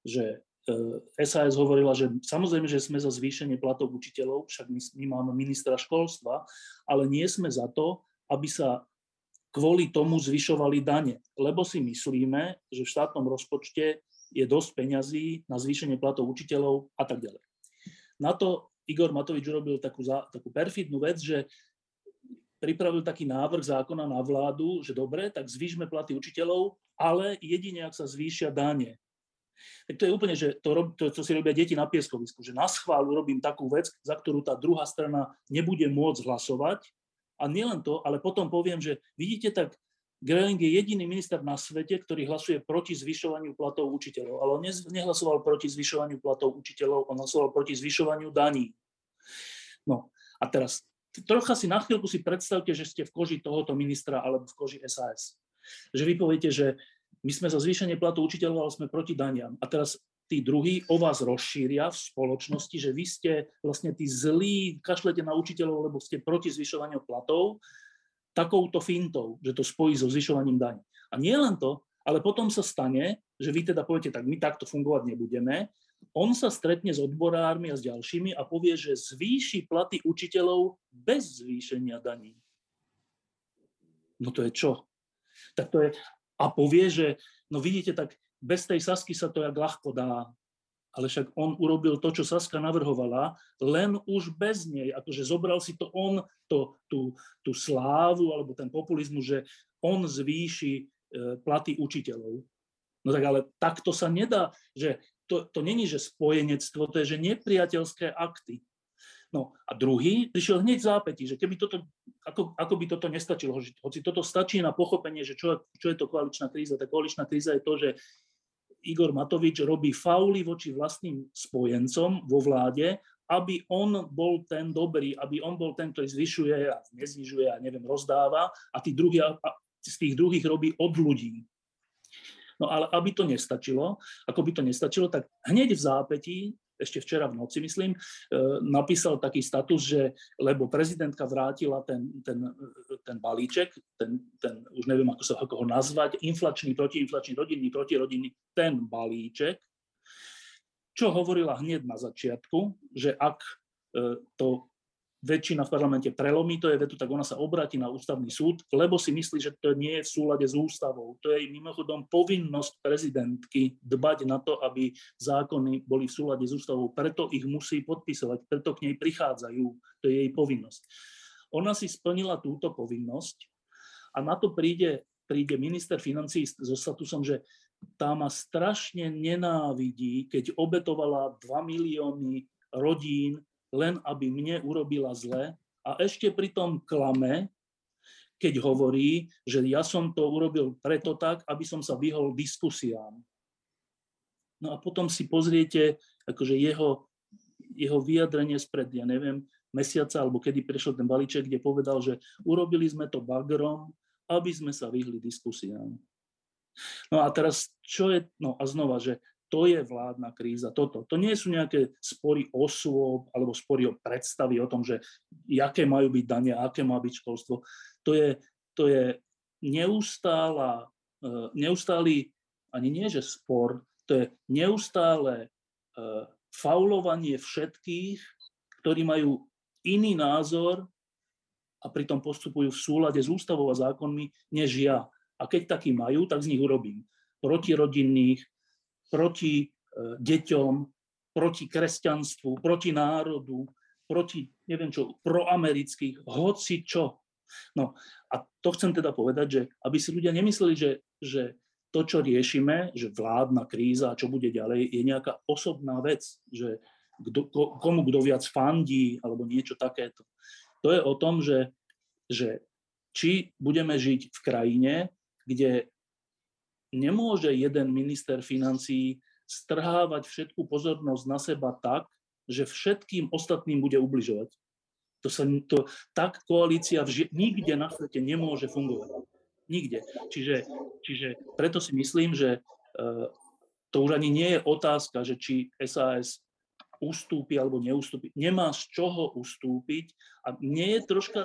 [SPEAKER 3] SAS hovorila, že samozrejme, že sme za zvýšenie platov učiteľov, však my máme ministra školstva, ale nie sme za to, aby sa kvôli tomu zvyšovali dane, lebo si myslíme, že v štátnom rozpočte je dosť peňazí na zvýšenie platov učiteľov a tak ďalej. Na to Igor Matovič urobil takú perfidnú vec, že pripravil taký návrh zákona na vládu, že dobre, tak zvýšme platy učiteľov, ale jedine, ak sa zvýšia dane. Tak to je úplne, že to si robia deti na pieskovisku, že na schvál urobím takú vec, za ktorú tá druhá strana nebude môcť hlasovať. A nielen to, ale potom poviem, že vidíte, tak Gröling je jediný minister na svete, ktorý hlasuje proti zvyšovaniu platov učiteľov. Ale on nehlasoval proti zvyšovaniu platov učiteľov, on hlasoval proti zvyšovaniu daní. No a teraz trocha si na chvíľku si predstavte, že ste v koži tohoto ministra alebo v koži SAS. Že vy poviete, že my sme za zvýšenie platu učiteľov, ale sme proti daniam. A teraz tí druhí o vás rozšíria v spoločnosti, že vy ste vlastne tí zlí, kašlete na učiteľov, lebo ste proti zvyšovaniu platov, takouto fintou, že to spojí so zvyšovaním daní. A nie len to, ale potom sa stane, že vy teda poviete, tak my takto fungovať nebudeme. On sa stretne s odborármi a s ďalšími a povie, že zvýši platy učiteľov bez zvýšenia daní. No to je čo? Tak to je... A povie, že no vidíte, tak bez tej Sasky sa to jak ľahko dá. Ale však on urobil to, čo Saska navrhovala, len už bez nej. Akože zobral si to on, tú slávu alebo ten populizmus, že on zvýši platy učiteľov. No tak ale takto sa nedá, že to není, že spojenectvo, to je, že nepriateľské akty. No a druhý prišiel hneď v zápätí, že keby toto, ako by toto nestačilo, hoci toto stačí na pochopenie, že čo je to koaličná kríza. Tá koaličná kríza je to, že Igor Matovič robí fauly voči vlastným spojencom vo vláde, aby on bol ten dobrý, aby on bol ten, ktorý zvyšuje a nezvyšuje a neviem, rozdáva a z tých druhých robí od ľudí. No ale aby to nestačilo, tak hneď v zápätí, ešte včera v noci, myslím, napísal taký status, že lebo prezidentka vrátila ten balíček, ten už neviem, ako ho nazvať, inflačný, protiinflačný, rodinný, protirodinný, ten balíček, čo hovorila hneď na začiatku, že ak to väčšina v parlamente prelomí to je vetu, tak ona sa obráti na ústavný súd, lebo si myslí, že to nie je v súlade s ústavou. To je mimochodom povinnosť prezidentky dbať na to, aby zákony boli v súlade s ústavou. Preto ich musí podpisovať, preto k nej prichádzajú. To je jej povinnosť. Ona si splnila túto povinnosť a na to príde minister financií so statusom, že tá ma strašne nenávidí, keď obetovala 2 milióny rodín len aby mne urobila zle a ešte pritom klame, keď hovorí, že ja som to urobil preto tak, aby som sa vyhol diskusiám. No a potom si pozriete akože jeho vyjadrenie spred, ja neviem, mesiaca, alebo kedy prešiel ten balíček, kde povedal, že urobili sme to bagrom, aby sme sa vyhli diskusiám. No a teraz, čo je, no a znova, že to je vládna kríza. To nie sú nejaké spory osôb alebo spory o predstavy o tom, že aké majú byť dane, aké má byť školstvo. To je neustály, ani nie že spor, to je neustále faulovanie všetkých, ktorí majú iný názor a pritom postupujú v súlade s ústavou a zákonmi, než ja. A keď taký majú, tak z nich urobím protirodinných, proti deťom, proti kresťanstvu, proti národu, proti, neviem čo, proamerických, hoci čo. No a to chcem teda povedať, že aby si ľudia nemysleli, že to, čo riešime, že vládna kríza a čo bude ďalej, je nejaká osobná vec, že komu kto viac fandí alebo niečo takéto. To je o tom, že či budeme žiť v krajine, kde nemôže jeden minister financií strhávať všetku pozornosť na seba tak, že všetkým ostatným bude ubližovať. Tak koalícia nikde na svete nemôže fungovať. Nikde. Čiže preto si myslím, že to už ani nie je otázka, že či SAS ustúpi alebo neustúpi. Nemá z čoho ustúpiť a nie je troška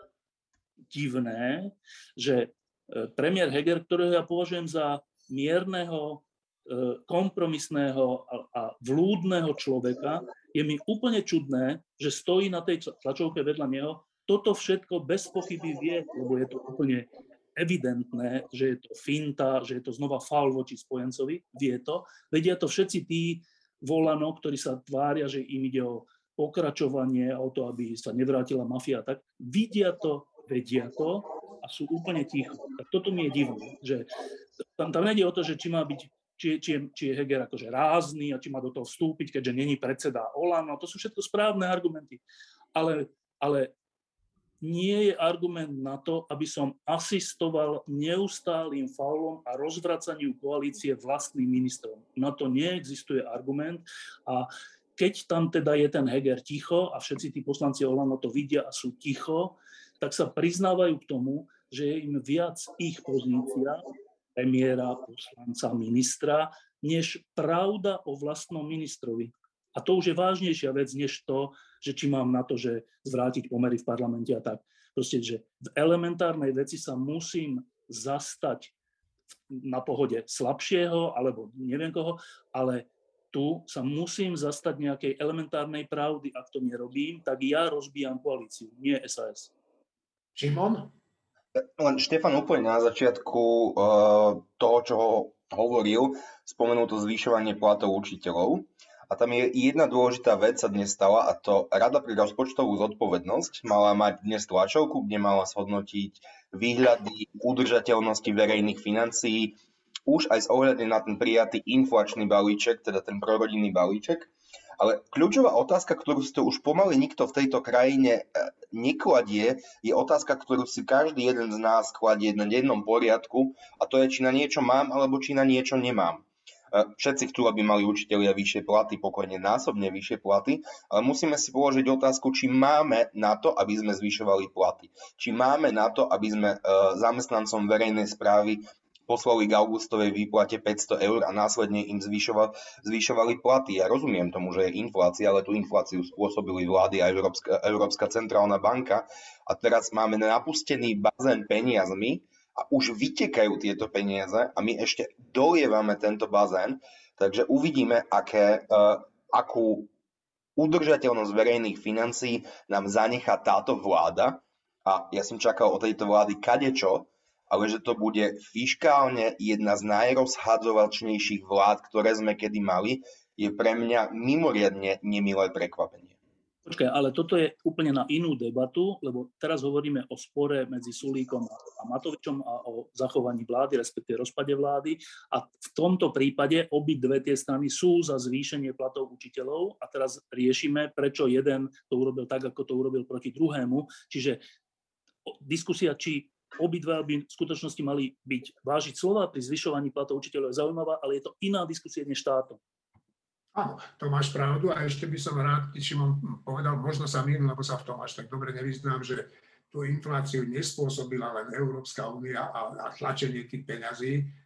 [SPEAKER 3] divné, že premiér Heger, ktorého ja považujem za mierneho, kompromisného a vľúdneho človeka, je mi úplne čudné, že stojí na tej tlačovke vedľa neho. Toto všetko bez pochyby vie, lebo je to úplne evidentné, že je to finta, že je to znova faul voči spojencovi. Vie to. Vedia to všetci tí volano, ktorí sa tvária, že im ide o pokračovanie, o to, aby sa nevrátila mafia. Tak vidia to, vedia to a sú úplne ticho. Tak toto mi je divné, že tam nejde o to, že či má byť, či je Heger akože rázny a či má do toho vstúpiť, keďže není predseda Olano. To sú všetko správne argumenty. Ale nie je argument na to, aby som asistoval neustálým faulom a rozvracaniu koalície vlastným ministrom. Na to neexistuje argument a keď tam teda je ten Heger ticho a všetci tí poslanci Olano to vidia a sú ticho, tak sa priznávajú k tomu, že je im viac ich pozícia, premiéra, poslanca, ministra, než pravda o vlastnom ministrovi. A to už je vážnejšia vec, než to, že či mám na to, že zvrátiť pomery v parlamente a tak. Proste, že v elementárnej veci sa musím zastať na pohode slabšieho, alebo neviem koho, ale tu sa musím zastať nejakej elementárnej pravdy. Ak to nerobím, tak ja rozbijam koalíciu, nie SAS.
[SPEAKER 1] Šimon?
[SPEAKER 8] Len Štefan úplne na začiatku toho, čo hovoril, spomenul to zvyšovanie platov učiteľov. A tam je jedna dôležitá vec sa dnes stala, a to Rada pre rozpočtovú zodpovednosť mala mať dnes tlačovku, kde mala zhodnotiť výhľady udržateľnosti verejných financií, už aj s ohľadom na ten prijatý inflačný balíček, teda ten prorodinný balíček. Ale kľúčová otázka, ktorú si to už pomaly nikto v tejto krajine nekladie, je otázka, ktorú si každý jeden z nás kladie na dennom poriadku, a to je, či na niečo mám, alebo či na niečo nemám. Všetci chcú, aby mali učitelia vyššie platy, pokojne násobne vyššie platy, ale musíme si položiť otázku, či máme na to, aby sme zvyšovali platy. Či máme na to, aby sme zamestnancom verejnej správy poslali k augustovej výplate 500 eur a následne im zvyšovali platy. Ja rozumiem tomu, že je inflácia, ale tú infláciu spôsobili vlády a Európska centrálna banka a teraz máme napustený bazén peniazmi a už vytekajú tieto peniaze a my ešte dolievame tento bazén, takže uvidíme, akú udržateľnosť verejných financií nám zanechá táto vláda a ja som čakal od tejto vlády kadečo, ale že to bude fiškálne jedna z najrozhadzovačnejších vlád, ktoré sme kedy mali, je pre mňa mimoriadne nemilé prekvapenie.
[SPEAKER 3] Počkaj, ale toto je úplne na inú debatu, lebo teraz hovoríme o spore medzi Sulíkom a Matovičom a o zachovaní vlády, respektíve rozpade vlády. A v tomto prípade obidve tie strany sú za zvýšenie platov učiteľov a teraz riešime, prečo jeden to urobil tak, ako to urobil proti druhému. Čiže diskusia, či obidva by v skutočnosti mali vážiť slova pri zvyšovaní platov učiteľov je zaujímavá, ale je to iná diskusia než táto.
[SPEAKER 1] Áno, to máš pravdu a ešte by som rád, keď Šimon povedal, možno sa mýlim, lebo sa v tom až tak dobre nevyznám, že tú infláciu nespôsobila len Európska únia a tlačenie tých peňazí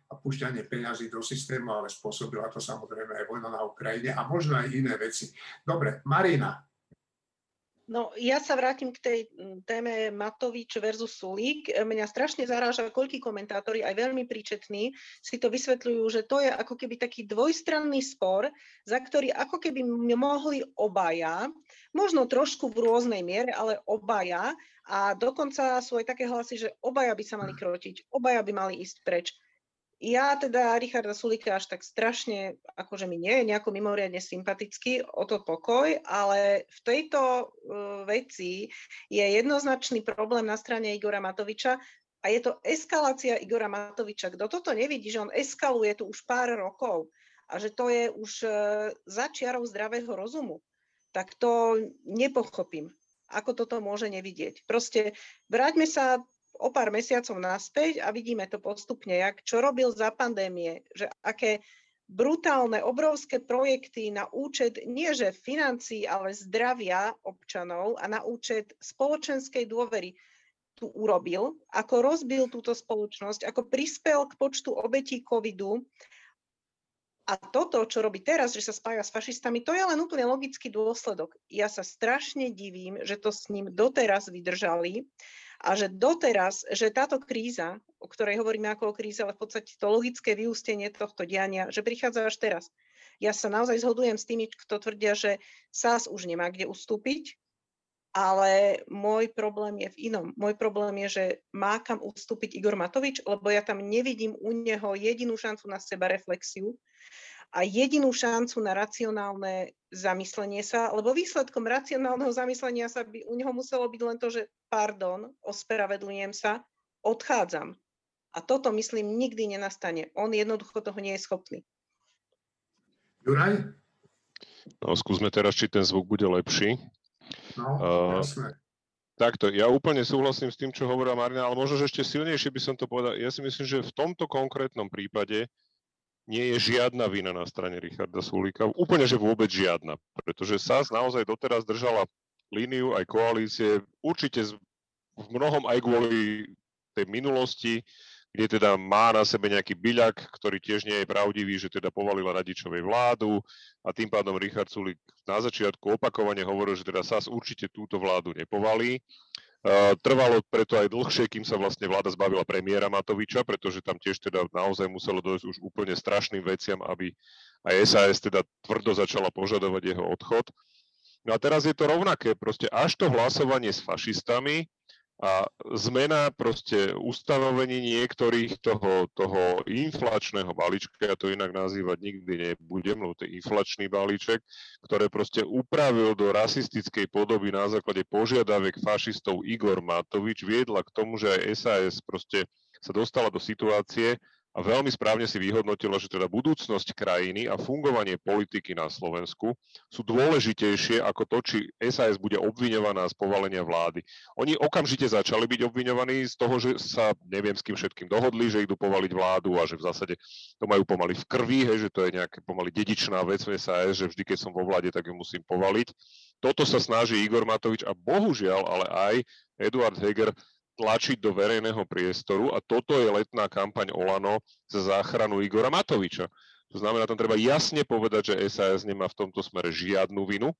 [SPEAKER 1] a púšťanie peňazí do systému, ale spôsobila to samozrejme aj vojna na Ukrajine a možno aj iné veci. Dobre, Marina.
[SPEAKER 5] No, ja sa vrátim k tej téme Matovič versus Sulík. Mňa strašne zaráža, koľkí komentátori, aj veľmi príčetní, si to vysvetľujú, že to je ako keby taký dvojstranný spor, za ktorý ako keby mohli obaja, možno trošku v rôznej miere, ale obaja, a dokonca sú aj také hlasy, že obaja by sa mali krotiť, obaja by mali ísť preč. Ja teda Richarda Sulíka až tak strašne, akože mi nie je nejako mimoriadne sympatický, o to pokoj, ale v tejto veci je jednoznačný problém na strane Igora Matoviča a je to eskalácia Igora Matoviča. Kto toto nevidí, že on eskaluje tu už pár rokov a že to je už za čiarou zdravého rozumu, tak to nepochopím, ako toto môže nevidieť. Proste vráťme sa o pár mesiacov naspäť a vidíme to postupne, čo robil za pandémie, že aké brutálne, obrovské projekty na účet nie že financií, ale zdravia občanov a na účet spoločenskej dôvery tu urobil, ako rozbil túto spoločnosť, ako prispel k počtu obetí covidu. A toto, čo robí teraz, že sa spája s fašistami, to je len úplne logický dôsledok. Ja sa strašne divím, že to s ním doteraz vydržali a že doteraz, že táto kríza, o ktorej hovoríme ako o kríze, ale v podstate to logické vyústenie tohto diania, že prichádza až teraz. Ja sa naozaj zhodujem s tými, kto tvrdia, že SAS už nemá kde ustúpiť, ale môj problém je v inom. Môj problém je, že má kam ustúpiť Igor Matovič, lebo ja tam nevidím u neho jedinú šancu na sebareflexiu a jedinú šancu na racionálne zamyslenie sa, lebo výsledkom racionálneho zamyslenia sa by u neho muselo byť len to, že pardon, ospravedlňujem sa, odchádzam. A toto, myslím, nikdy nenastane. On jednoducho toho nie je schopný.
[SPEAKER 1] Juraj?
[SPEAKER 9] No, skúsme teraz, či ten zvuk bude lepší.
[SPEAKER 1] No, jasné.
[SPEAKER 9] Takto, ja úplne súhlasím s tým, čo hovorila Marina, ale možno, že ešte silnejšie by som to povedal. Ja si myslím, že v tomto konkrétnom prípade nie je žiadna vina na strane Richarda Sulíka. Úplne, že vôbec žiadna. Pretože SAS naozaj doteraz držala líniu aj koalície, určite v mnohom aj kvôli tej minulosti, kde teda má na sebe nejaký byľak, ktorý tiež nie je pravdivý, že teda povalila Radičovej vládu a tým pádom Richard Sulík na začiatku opakovane hovoril, že teda SAS určite túto vládu nepovalí. Trvalo preto aj dlhšie, kým sa vlastne vláda zbavila premiéra Matoviča, pretože tam tiež teda naozaj muselo dojsť už úplne strašným veciam, aby aj SAS teda tvrdo začala požadovať jeho odchod. No a teraz je to rovnaké, proste až to hlasovanie s fašistami a zmena proste ustanovení niektorých toho inflačného balíčka, ja to inak nazývať nikdy nebudem, lebo to je inflačný balíček, ktoré proste upravil do rasistickej podoby na základe požiadaviek fašistov Igor Matovič, viedla k tomu, že aj SAS proste sa dostala do situácie a veľmi správne si vyhodnotila, že teda budúcnosť krajiny a fungovanie politiky na Slovensku sú dôležitejšie ako to, či SAS bude obviňovaná z povalenia vlády. Oni okamžite začali byť obviňovaní z toho, že sa neviem s kým všetkým dohodli, že idú povaliť vládu a že v zásade to majú pomaly v krvi, že to je nejaká pomaly dedičná vec v SAS, že vždy, keď som vo vláde, tak ju musím povaliť. Toto sa snaží Igor Matovič a bohužiaľ, ale aj Eduard Heger tlačiť do verejného priestoru a toto je letná kampaň Olano za záchranu Igora Matoviča. To znamená, tam treba jasne povedať, že SAS nemá v tomto smere žiadnu vinu,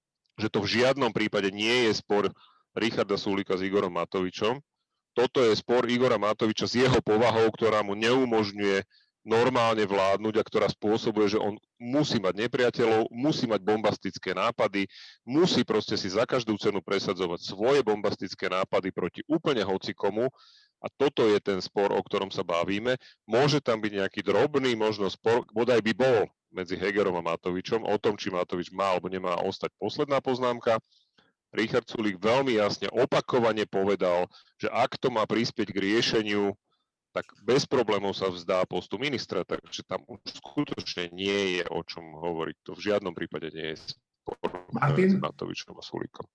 [SPEAKER 9] že to v žiadnom prípade nie je spor Richarda Sulíka s Igorom Matovičom. Toto je spor Igora Matoviča s jeho povahou, ktorá mu neumožňuje normálne vládnuť a ktorá spôsobuje, že on musí mať nepriateľov, musí mať bombastické nápady, musí proste si za každú cenu presadzovať svoje bombastické nápady proti úplne hocikomu a toto je ten spor, o ktorom sa bavíme. Môže tam byť nejaký drobný možno spor, bodaj by bol medzi Hegerom a Matovičom o tom, či Matovič má alebo nemá ostať. Posledná poznámka. Richard Sulík veľmi jasne opakovane povedal, že ak to má prispieť k riešeniu, tak bez problémov sa vzdá postu ministra, takže tam už skutočne nie je o čom hovoriť. To v žiadnom prípade nie je spor medzi Matovičom a Sulíkom.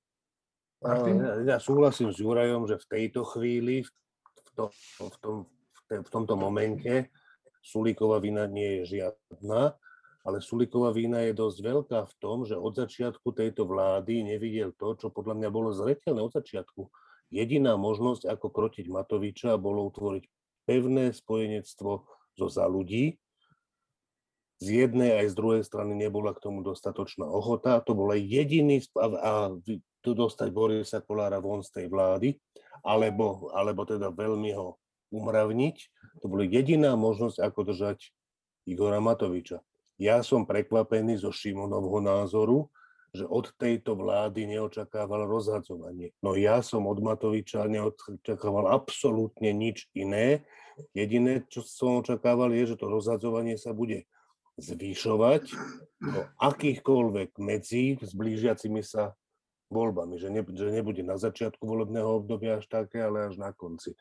[SPEAKER 4] Ja súhlasím s Jurajom, že v tejto chvíli, v tomto momente Sulíkova vina nie je žiadna, ale Sulíkova vina je dosť veľká v tom, že od začiatku tejto vlády nevidel to, čo podľa mňa bolo zreteľné od začiatku. Jediná možnosť, ako krotiť Matoviča, bolo utvoriť pevné spojenectvo Za ľudí. Z jednej aj z druhej strany nebola k tomu dostatočná ochota. To bol jediný a dostať Borisa Kollára von z tej vlády, alebo teda veľmi ho umravniť. To bola jediná možnosť, ako držať Igora Matoviča. Ja som prekvapený zo Šimonovho názoru, že od tejto vlády neočakával rozhadzovanie. No ja som od Matoviča neočakával absolútne nič iné. Jediné, čo som očakával, je, že to rozhadzovanie sa bude zvyšovať do akýchkoľvek medzí s blížiacimi sa voľbami. Že nebude na začiatku volebného obdobia až také, ale až na konci.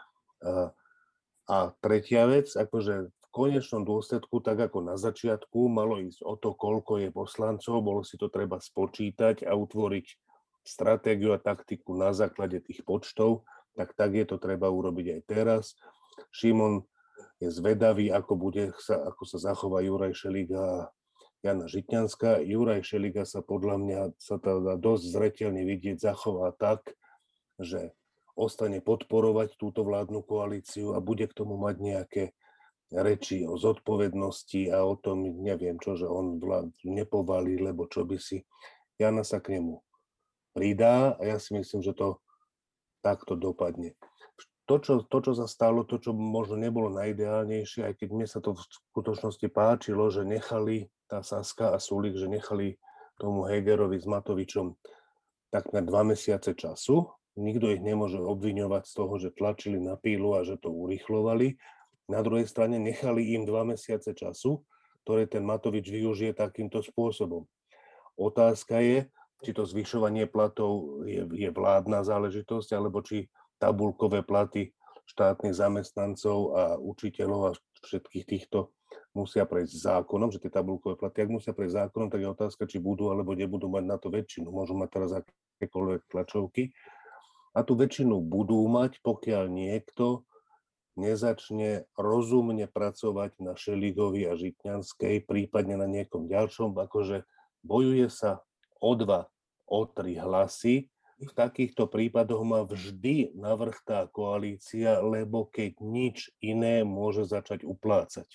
[SPEAKER 4] A tretia vec, akože v konečnom dôsledku, tak ako na začiatku, malo ísť o to, koľko je poslancov, bolo si to treba spočítať a utvoriť stratégiu a taktiku na základe tých počtov, tak je to treba urobiť aj teraz. Šimon je zvedavý, ako sa zachová Juraj Šeliga a Jana Žitňanská. Juraj Šeliga sa podľa mňa sa teda dosť zreteľne vidieť zachová tak, že ostane podporovať túto vládnu koalíciu a bude k tomu mať nejaké reči o zodpovednosti a o tom, neviem čo, že on vládu nepovalí, lebo čo by si. Jana sa k nemu pridá a ja si myslím, že to takto dopadne. To, čo sa stalo, to, čo možno nebolo najideálnejšie, aj keď mne sa to v skutočnosti páčilo, že nechali tá Saska a Sulík, že nechali tomu Hegerovi s Matovičom takmer 2 mesiace času. Nikto ich nemôže obviňovať z toho, že tlačili na pílu a že to urýchlovali. Na druhej strane nechali im 2 mesiace času, ktoré ten Matovič využije takýmto spôsobom. Otázka je, či to zvyšovanie platov je vládna záležitosť, alebo či tabuľkové platy štátnych zamestnancov a učiteľov a všetkých týchto musia prejsť zákonom, že tie tabuľkové platy, ak musia prejsť zákonom, tak je otázka, či budú alebo nebudú mať na to väčšinu. Môžu mať teraz akékoľvek tlačovky. A tú väčšinu budú mať, pokiaľ niekto nezačne rozumne pracovať na Šeligovi a Žitňanskej, prípadne na niekom ďalšom, akože bojuje sa o 2, o 3 hlasy. V takýchto prípadoch má vždy navrch tá koalícia, lebo keď nič iné môže začať uplácať.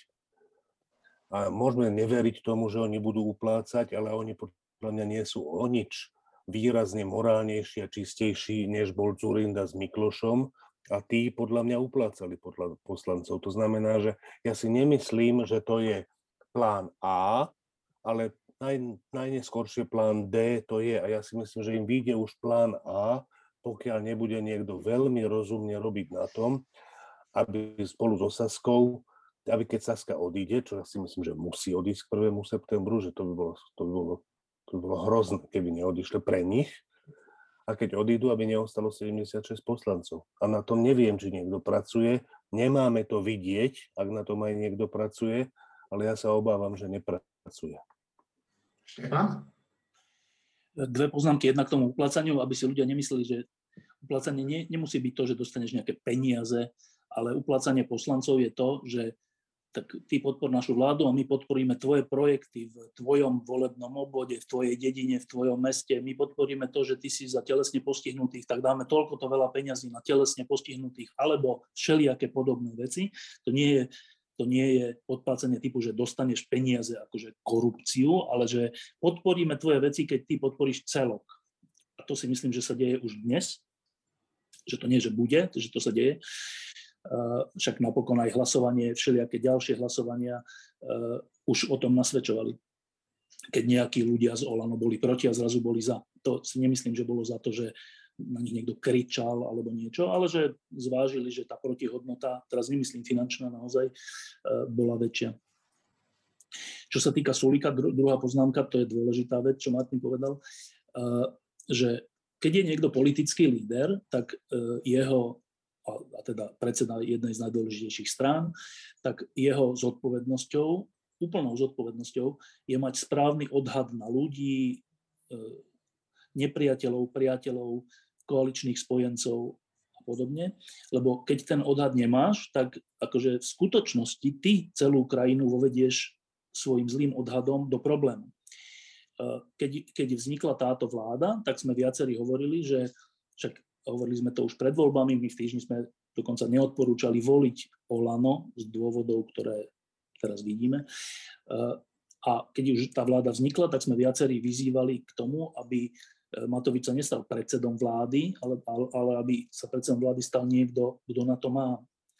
[SPEAKER 4] A môžeme neveriť tomu, že oni budú uplácať, ale oni podľa mňa nie sú o nič výrazne morálnejší a čistejší, než bol Dzurinda s Miklošom. A tí podľa mňa uplácali podľa poslancov. To znamená, že ja si nemyslím, že to je plán A, ale najneskôršie plán D to je. A ja si myslím, že im vyjde už plán A, pokiaľ nebude niekto veľmi rozumne robiť na tom, aby spolu so Saskou, aby keď Saska odíde, čo ja si myslím, že musí odísť k 1. septembru, že to by bolo hrozné, keby neodišli pre nich. A keď odídu, aby neostalo 76 poslancov. A na tom neviem, či niekto pracuje. Nemáme to vidieť, ak na tom aj niekto pracuje, ale ja sa obávam, že nepracuje.
[SPEAKER 1] Štefan?
[SPEAKER 3] 2 poznámky. Jedna k tomu uplácaniu, aby si ľudia nemysleli, že uplácanie nemusí byť to, že dostaneš nejaké peniaze, ale uplácanie poslancov je to, že tak ty podpor našu vládu a my podporíme tvoje projekty v tvojom volebnom obvode, v tvojej dedine, v tvojom meste. My podporíme to, že ty si za telesne postihnutých, tak dáme toľkoto veľa peňazí na telesne postihnutých alebo všelijaké podobné veci. To nie je podplácanie typu, že dostaneš peniaze akože korupciu, ale že podporíme tvoje veci, keď ty podporíš celok. A to si myslím, že sa deje už dnes. Že to nie, že bude, že to sa deje. Však napokon aj hlasovanie, všelijaké ďalšie hlasovania už o tom nasvedčovali. Keď nejakí ľudia z Olano boli proti a zrazu boli za. To si nemyslím, že bolo za to, že na nich niekto kričal alebo niečo, ale že zvážili, že tá protihodnota, teraz nemyslím finančná naozaj, bola väčšia. Čo sa týka Sulíka, druhá poznámka, to je dôležitá vec, čo Martin povedal, že keď je niekto politický líder, tak jeho a teda predseda jednej z najdôležitejších strán, tak jeho zodpovednosťou, úplnou zodpovednosťou je mať správny odhad na ľudí, nepriateľov, priateľov, koaličných spojencov a podobne. Lebo keď ten odhad nemáš, tak akože v skutočnosti ty celú krajinu vovedieš svojim zlým odhadom do problému. Keď vznikla táto vláda, tak sme viacerí hovorili, že však hovorili sme to už pred voľbami, my v Týždni sme dokonca neodporúčali voliť Olano z dôvodov, ktoré teraz vidíme. A keď už tá vláda vznikla, tak sme viacerí vyzývali k tomu, aby Matovič sa nestal predsedom vlády, ale aby sa predsedom vlády stal niekto, kto na to má.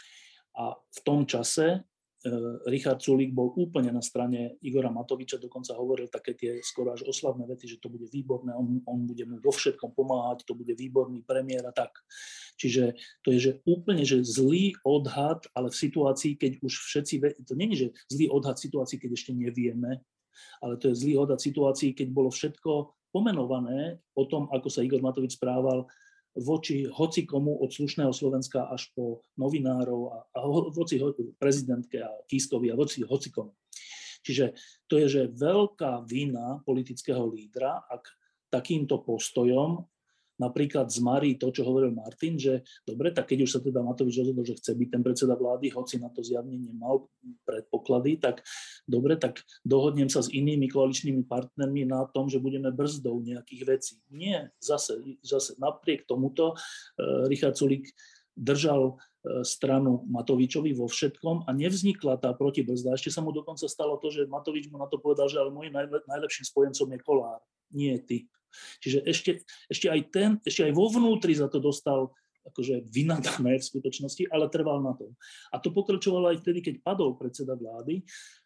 [SPEAKER 3] A v tom čase Richard Sulík bol úplne na strane Igora Matoviča, dokonca hovoril také tie skoro až oslavné vety, že to bude výborné, on bude mu vo všetkom pomáhať, to bude výborný premiér a tak. Čiže to je že úplne že zlý odhad, ale v situácii, keď už všetci, to nie je, že zlý odhad situácií, keď ešte nevieme, ale to je zlý odhad situácií, keď bolo všetko pomenované o tom, ako sa Igor Matovič správal voči hocikomu od slušného Slovenska až po novinárov a voči prezidentke a Kiskovi a voči hocikomu. Čiže to je že veľká vina politického lídra, ak takýmto postojom napríklad zmarí to, čo hovoril Martin, že dobre, tak keď už sa teda Matovič rozhodol, že chce byť ten predseda vlády, hoci na to zjavne nemal predpoklady, tak dobre, tak dohodnem sa s inými koaličnými partnermi na tom, že budeme brzdou nejakých vecí. Nie, zase napriek tomuto Richard Sulík držal stranu Matovičovi vo všetkom a nevznikla tá protibrzda. Ešte sa mu dokonca stalo to, že Matovič mu na to povedal, že ale môjim najlepším spojencom je Kollár, nie ty. Čiže ešte aj vo vnútri za to dostal akože vynadané v skutočnosti, ale trval na tom. A to pokračovalo aj vtedy, keď padol predseda vlády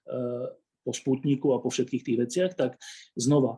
[SPEAKER 3] po Sputniku a po všetkých tých veciach, tak znova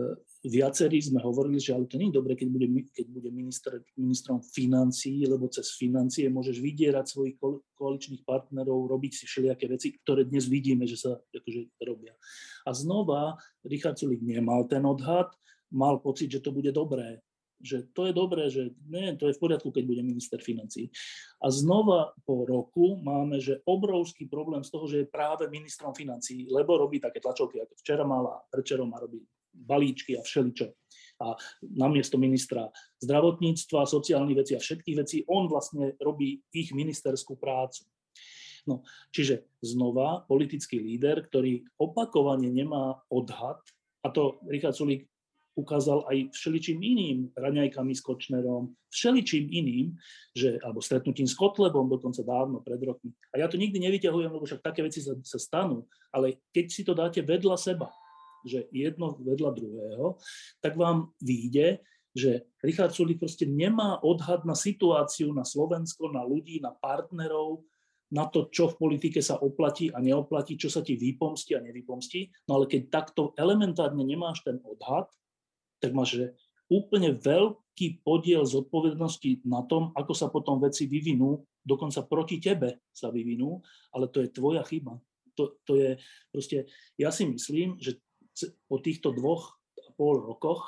[SPEAKER 3] viacerí sme hovorili, že ale to nie je dobre, keď bude ministrom financií, lebo cez financie môžeš vydierať svojich koaličných partnerov, robiť si všelijaké veci, ktoré dnes vidíme, že sa akože robia. A znova Richard Sulík nemal ten odhad, mal pocit, že to bude dobré. Že to je dobré, že nie, to je v poriadku, keď bude minister financií. A znova po roku máme, že obrovský problém z toho, že je práve ministrom financií, lebo robí také tlačovky, ako včera mala, prečerom a robí balíčky a všeličo. A namiesto ministra zdravotníctva, sociálnych vecí a všetkých vecí, on vlastne robí ich ministerskú prácu. No, čiže znova politický líder, ktorý opakovane nemá odhad, a to Richard Sulík ukázal aj všeličím iným, raňajkami s Kočnerom, všeličím iným, alebo stretnutím s Kotlebom dokonca dávno, pred rokmi. A ja to nikdy nevyťahujem, lebo však také veci sa stanú, ale keď si to dáte vedľa seba, že jedno vedľa druhého, tak vám vyjde, že Richard Sulík proste nemá odhad na situáciu, na Slovensko, na ľudí, na partnerov, na to, čo v politike sa oplatí a neoplatí, čo sa ti vypomstí a nevypomstí. No ale keď takto elementárne nemáš ten odhad, tak máš úplne veľký podiel zodpovednosti na tom, ako sa potom veci vyvinú, dokonca proti tebe sa vyvinú, ale to je tvoja chyba. To je proste, ja si myslím, že po týchto 2,5 rokoch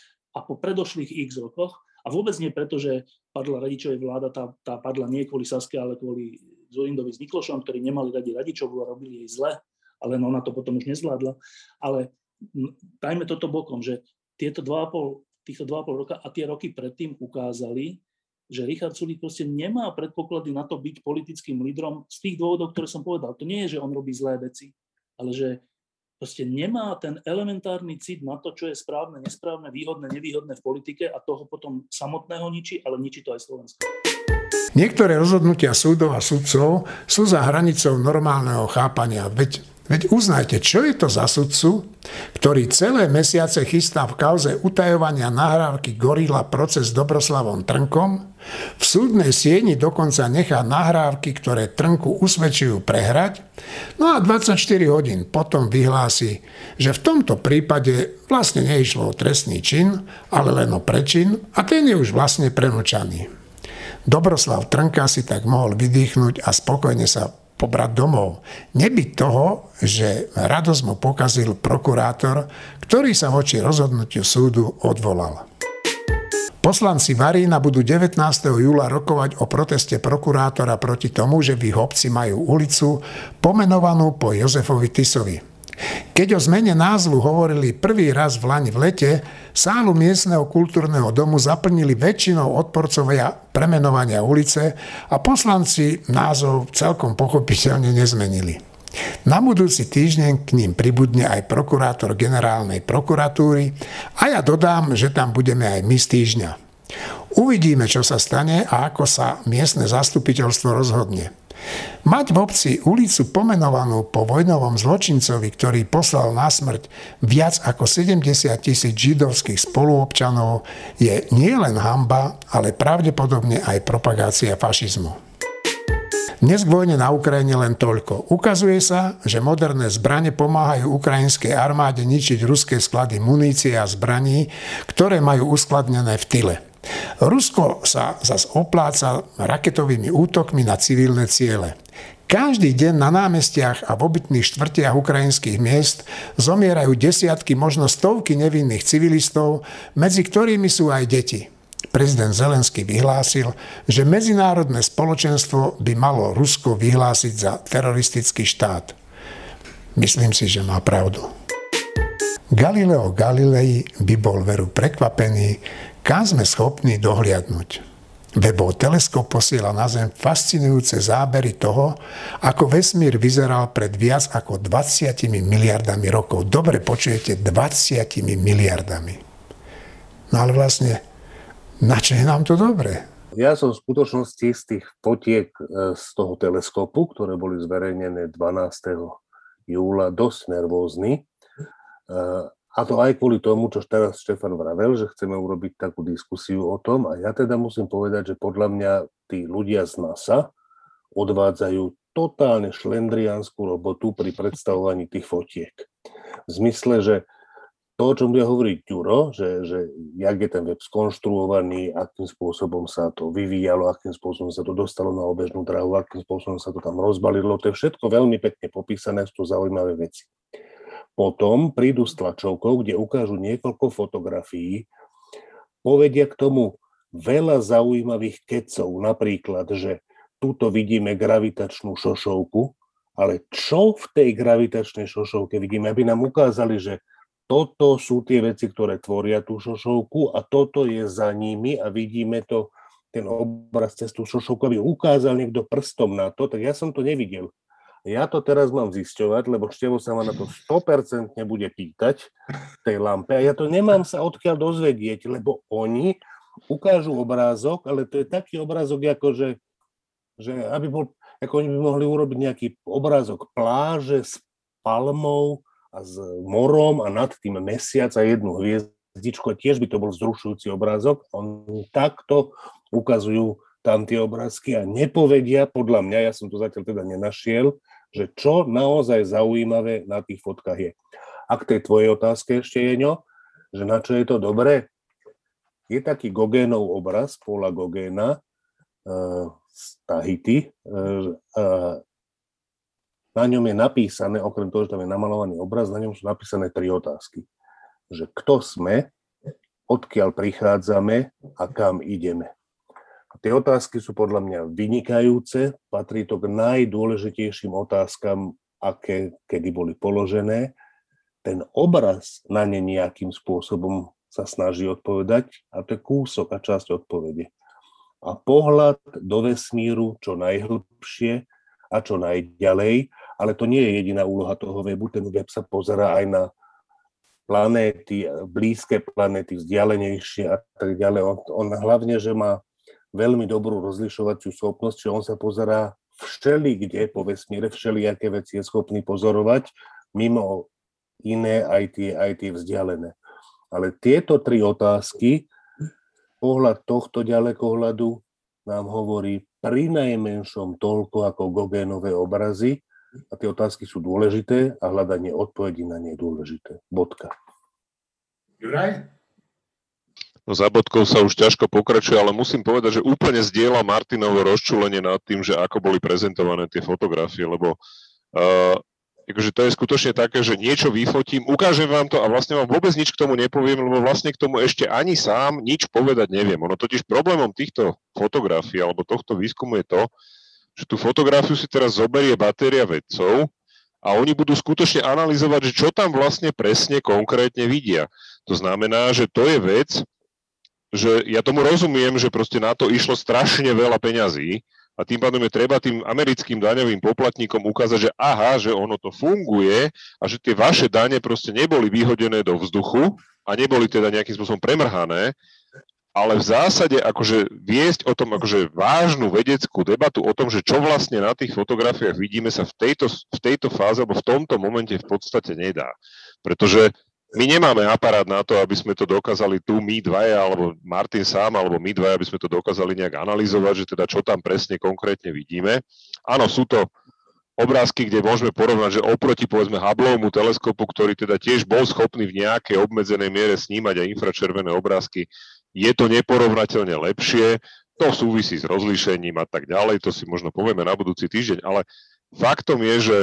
[SPEAKER 3] a po predošlých x rokoch, a vôbec nie preto, že padla Radičovej vláda, tá padla nie kvôli Saske, ale kvôli Dzurindovi s Miklošom, ktorí nemali radi Radičovu a robili jej zle, ale ona to potom už nezvládla. Ale dajme toto bokom, že týchto 2,5 roka a tie roky predtým ukázali, že Richard Sulík proste nemá predpoklady na to byť politickým lídrom z tých dôvodov, ktoré som povedal. To nie je, že on robí zlé veci, ale že proste nemá ten elementárny cit na to, čo je správne, nesprávne, výhodné, nevýhodné v politike a toho potom samotného ničí, ale ničí to aj Slovensko.
[SPEAKER 1] Niektoré rozhodnutia súdov a sudcov sú za hranicou normálneho chápania. Veď uznajte, čo je to za sudcu, ktorý celé mesiace chystá v kauze utajovania nahrávky Gorila proces s Dobroslavom Trnkom, v súdnej sieni dokonca nechá nahrávky, ktoré Trnku usvedčujú prehrať, no a 24 hodín potom vyhlási, že v tomto prípade vlastne neišlo o trestný čin, ale len o prečin a ten je už vlastne premlčaný. Dobroslav Trnka si tak mohol vydýchnuť a spokojne sa pobrať domov. Nebyť toho, že radosť mu pokazil prokurátor, ktorý sa voči rozhodnutiu súdu odvolal. Poslanci Varína budú 19. júla rokovať o proteste prokurátora proti tomu, že v ich obci majú ulicu pomenovanú po Jozefovi Tisovi. Keď o zmene názvu hovorili prvý raz v lani v lete, sálu miestneho kultúrneho domu zaplnili väčšinou odporcovia premenovania ulice a poslanci názov celkom pochopiteľne nezmenili. Na budúci týždeň k ním pribudne aj prokurátor generálnej prokuratúry a ja dodám, že tam budeme aj my z týždňa. Uvidíme, čo sa stane a ako sa miestne zastupiteľstvo rozhodne. Mať v obci ulicu pomenovanú po vojnovom zločincovi, ktorý poslal na smrť viac ako 70,000 židovských spoluobčanov, je nielen hanba, ale pravdepodobne aj propagácia fašizmu. Dnes k vojne na Ukrajine len toľko. Ukazuje sa, že moderné zbrane pomáhajú ukrajinskej armáde ničiť ruské sklady munície a zbraní, ktoré majú uskladnené v tyle. Rusko sa zas opláca raketovými útokmi na civilné ciele. Každý deň na námestiach a v obytných štvrtiach ukrajinských miest zomierajú desiatky, možno stovky nevinných civilistov, medzi ktorými sú aj deti. Prezident Zelenský vyhlásil, že medzinárodné spoločenstvo by malo Rusko vyhlásiť za teroristický štát. Myslím si, že má pravdu. Galileo Galilei by bol veru prekvapený, kam sme schopní dohliadnuť. Webov teleskop posiela na Zem fascinujúce zábery toho, ako vesmír vyzeral pred viac ako 20 miliardami rokov. Dobre počujete, 20 miliardami. No ale vlastne, na čo je nám to dobré?
[SPEAKER 4] Ja som v skutočnosti z tých fotiek z toho teleskopu, ktoré boli zverejnené 12. júla, dosť nervózny. A to aj kvôli tomu, čo teraz Štefan vravel, že chceme urobiť takú diskusiu o tom. A ja teda musím povedať, že podľa mňa tí ľudia z NASA odvádzajú totálne šlendriánsku robotu pri predstavovaní tých fotiek. V zmysle, že to, o čom bude hovoriť Ďuro, že jak je ten web skonštruovaný, akým spôsobom sa to vyvíjalo, akým spôsobom sa to dostalo na obežnú dráhu, akým spôsobom sa to tam rozbalilo, to je všetko veľmi pekne popísané, sú to zaujímavé veci. Potom prídu s tlačovkou, kde ukážu niekoľko fotografií, povedia k tomu veľa zaujímavých kecov, napríklad, že tuto vidíme gravitačnú šošovku, ale čo v tej gravitačnej šošovke vidíme, aby nám ukázali, že toto sú tie veci, ktoré tvoria tú šošovku a toto je za nimi a vidíme to, ten obraz cez tú šošovku, aby ukázal niekto prstom na to, tak ja som to nevidel. Ja to teraz mám zisťovať, lebo Števo sa ma na to 100% bude pýtať v tej lampe a ja to nemám sa odkiaľ dozvedieť, lebo oni ukážu obrázok, ale to je taký obrázok, ako že aby bol, ako oni by mohli urobiť nejaký obrázok pláže s palmou a s morom a nad tým mesiac a jednu hviezdičku a tiež by to bol vzrušujúci obrázok. Oni takto ukazujú tam tie obrázky a nepovedia, podľa mňa, ja som to zatiaľ teda nenašiel, že čo naozaj zaujímavé na tých fotkách je. A k tej tvojej otázke ešte, Jeňo, že na čo je to dobré? Je taký Gogénov obraz, Paula Gogéna z Tahiti. Na ňom je napísané, okrem toho, že tam je namalovaný obraz, na ňom sú napísané 3 otázky. Že kto sme, odkiaľ prichádzame a kam ideme. A tie otázky sú podľa mňa vynikajúce, patrí to k najdôležitejším otázkam, aké kedy boli položené. Ten obraz na ne nejakým spôsobom sa snaží odpovedať a to je kúsok a časť odpovede. A pohľad do vesmíru čo najhlbšie a čo najďalej, ale to nie je jediná úloha toho webu, ten web sa pozerá aj na planéty, blízke planéty, vzdialenejšie a tak ďalej. On hlavne, že má veľmi dobrú rozlišovaciu schopnosť, že on sa pozerá všelikde po vesmíre, všelijaké veci je schopný pozorovať, mimo iné aj tie vzdialené. Ale tieto 3 otázky, pohľad tohto ďalekohľadu nám hovorí prinajmenšom toľko ako Gogénové obrazy a tie otázky sú dôležité a hľadanie odpovedí na ne je dôležité. Bodka.
[SPEAKER 1] Juraj?
[SPEAKER 9] No za bodkou sa už ťažko pokračuje, ale musím povedať, že úplne zdieľam Martinovo rozčúlenie nad tým, že ako boli prezentované tie fotografie, lebo akože to je skutočne také, že niečo vyfotím, ukážem vám to a vlastne vám vôbec nič k tomu nepoviem, lebo vlastne k tomu ešte ani sám nič povedať neviem. Ono totiž problémom týchto fotografií alebo tohto výskumu je to, že tú fotografiu si teraz zoberie batéria vedcov a oni budú skutočne analyzovať, že čo tam vlastne presne konkrétne vidia. To znamená, že to je vec, že ja tomu rozumiem, že proste na to išlo strašne veľa peňazí a tým pádom je treba tým americkým daňovým poplatníkom ukázať, že aha, že ono to funguje a že tie vaše dane proste neboli vyhodené do vzduchu a neboli teda nejakým spôsobom premrhané ale v zásade akože viesť o tom akože vážnu vedeckú debatu o tom, že čo vlastne na tých fotografiách vidíme, sa v tejto fáze alebo v tomto momente v podstate nedá. Pretože my nemáme aparát na to, aby sme to dokázali tu my dvaja, alebo Martin sám, alebo my dvaja, aby sme to dokázali nejak analyzovať, že teda čo tam presne konkrétne vidíme. Áno, sú to obrázky, kde môžeme porovnať, že oproti povedzme Hubbleovmu teleskopu, ktorý teda tiež bol schopný v nejakej obmedzenej miere snímať aj infračervené obrázky, je to neporovnateľne lepšie, to súvisí s rozlíšením a tak ďalej, to si možno povieme na budúci týždeň, ale faktom je, že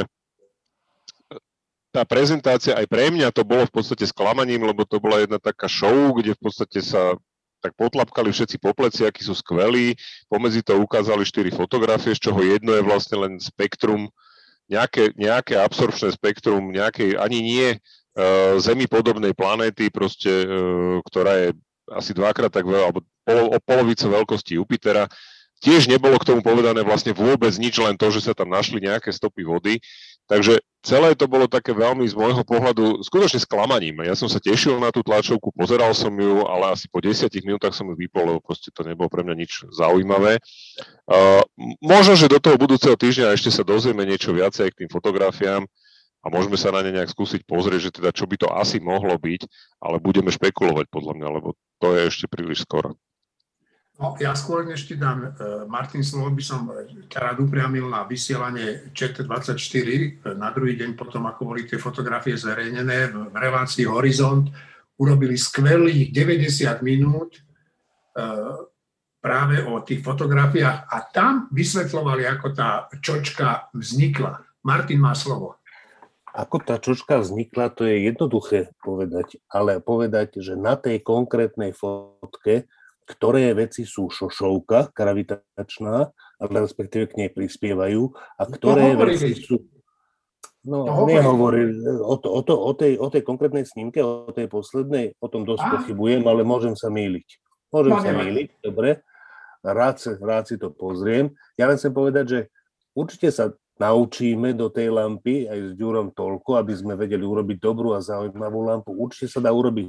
[SPEAKER 9] tá prezentácia aj pre mňa to bolo v podstate sklamaním, lebo to bola jedna taká show, kde v podstate sa tak potlapkali všetci po pleci, akí sú skvelí, pomedzi to ukázali 4 fotografie, z čoho jedno je vlastne len spektrum, nejaké absorpčné spektrum, nejakej ani nie Zemi podobnej planéty, proste, ktorá je asi dvakrát tak veľa, alebo o polovicu veľkosti Jupitera. Tiež nebolo k tomu povedané vlastne vôbec nič, len to, že sa tam našli nejaké stopy vody. Takže celé to bolo také veľmi z môjho pohľadu skutočne sklamaním. Ja som sa tešil na tú tlačovku, pozeral som ju, ale asi po 10 minútach som ju vypol, lebo proste to nebolo pre mňa nič zaujímavé. Možno, že do toho budúceho týždňa ešte sa dozvieme niečo viacej k tým fotografiám a môžeme sa na ne nejak skúsiť pozrieť, že teda čo by to asi mohlo byť, ale budeme špekulovať podľa mňa, lebo to je ešte príliš skoro.
[SPEAKER 1] No, ja skôr než ti dám, Martin, slovo by som ťa rád upriamil na vysielanie ČT24 na druhý deň potom, ako boli tie fotografie zverejnené v relácii Horizont. Urobili skvelých 90 minút práve o tých fotografiách a tam vysvetľovali, ako tá čočka vznikla. Martin má slovo.
[SPEAKER 4] Ako tá čočka vznikla, to je jednoduché povedať, ale povedať, že na tej konkrétnej fotke ktoré veci sú šošovka gravitačná, ale respektíve k nej prispievajú, a ktoré veci sú... No, nehovorili o tej konkrétnej snímke, o tej poslednej, o tom dosť pochybujem, ale môžem sa mýliť. Dobre. Rád si to pozriem. Ja len chcem povedať, že určite sa naučíme do tej lampy aj s Ďurom toľko, aby sme vedeli urobiť dobrú a zaujímavú lampu. Určite sa dá urobiť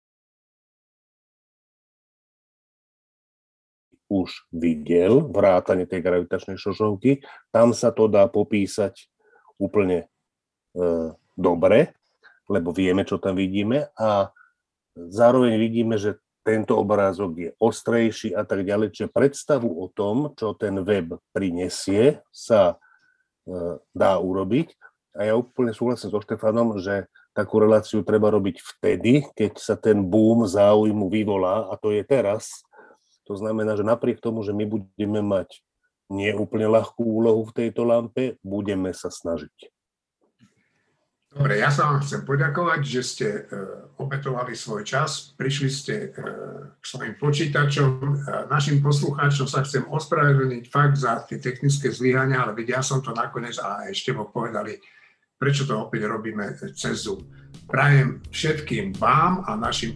[SPEAKER 4] už videl, vrátane tej gravitačnej šošovky. Tam sa to dá popísať úplne dobre, lebo vieme, čo tam vidíme a zároveň vidíme, že tento obrázok je ostrejší a tak ďalej. Čiže predstavu o tom, čo ten web prinesie, sa dá urobiť. A ja úplne súhlasím so Štefanom, že takú reláciu treba robiť vtedy, keď sa ten boom záujmu vyvolá, a to je teraz. To znamená, že napriek tomu, že my budeme mať neúplne ľahkú úlohu v tejto lampe, budeme sa snažiť.
[SPEAKER 1] Dobre, ja sa vám chcem poďakovať, že ste obetovali svoj čas, prišli ste k svojim počítačom. Našim poslucháčom sa chcem ospravedlniť fakt za tie technické zlyhania, ale ja som to nakoniec a ešte povedali, prečo to opäť robíme cez Zoom. Prajem všetkým vám a našim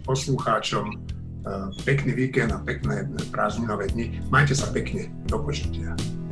[SPEAKER 1] poslucháčom pekný víkend a pekné prázdninové dni. Majte sa pekne. Do počutia.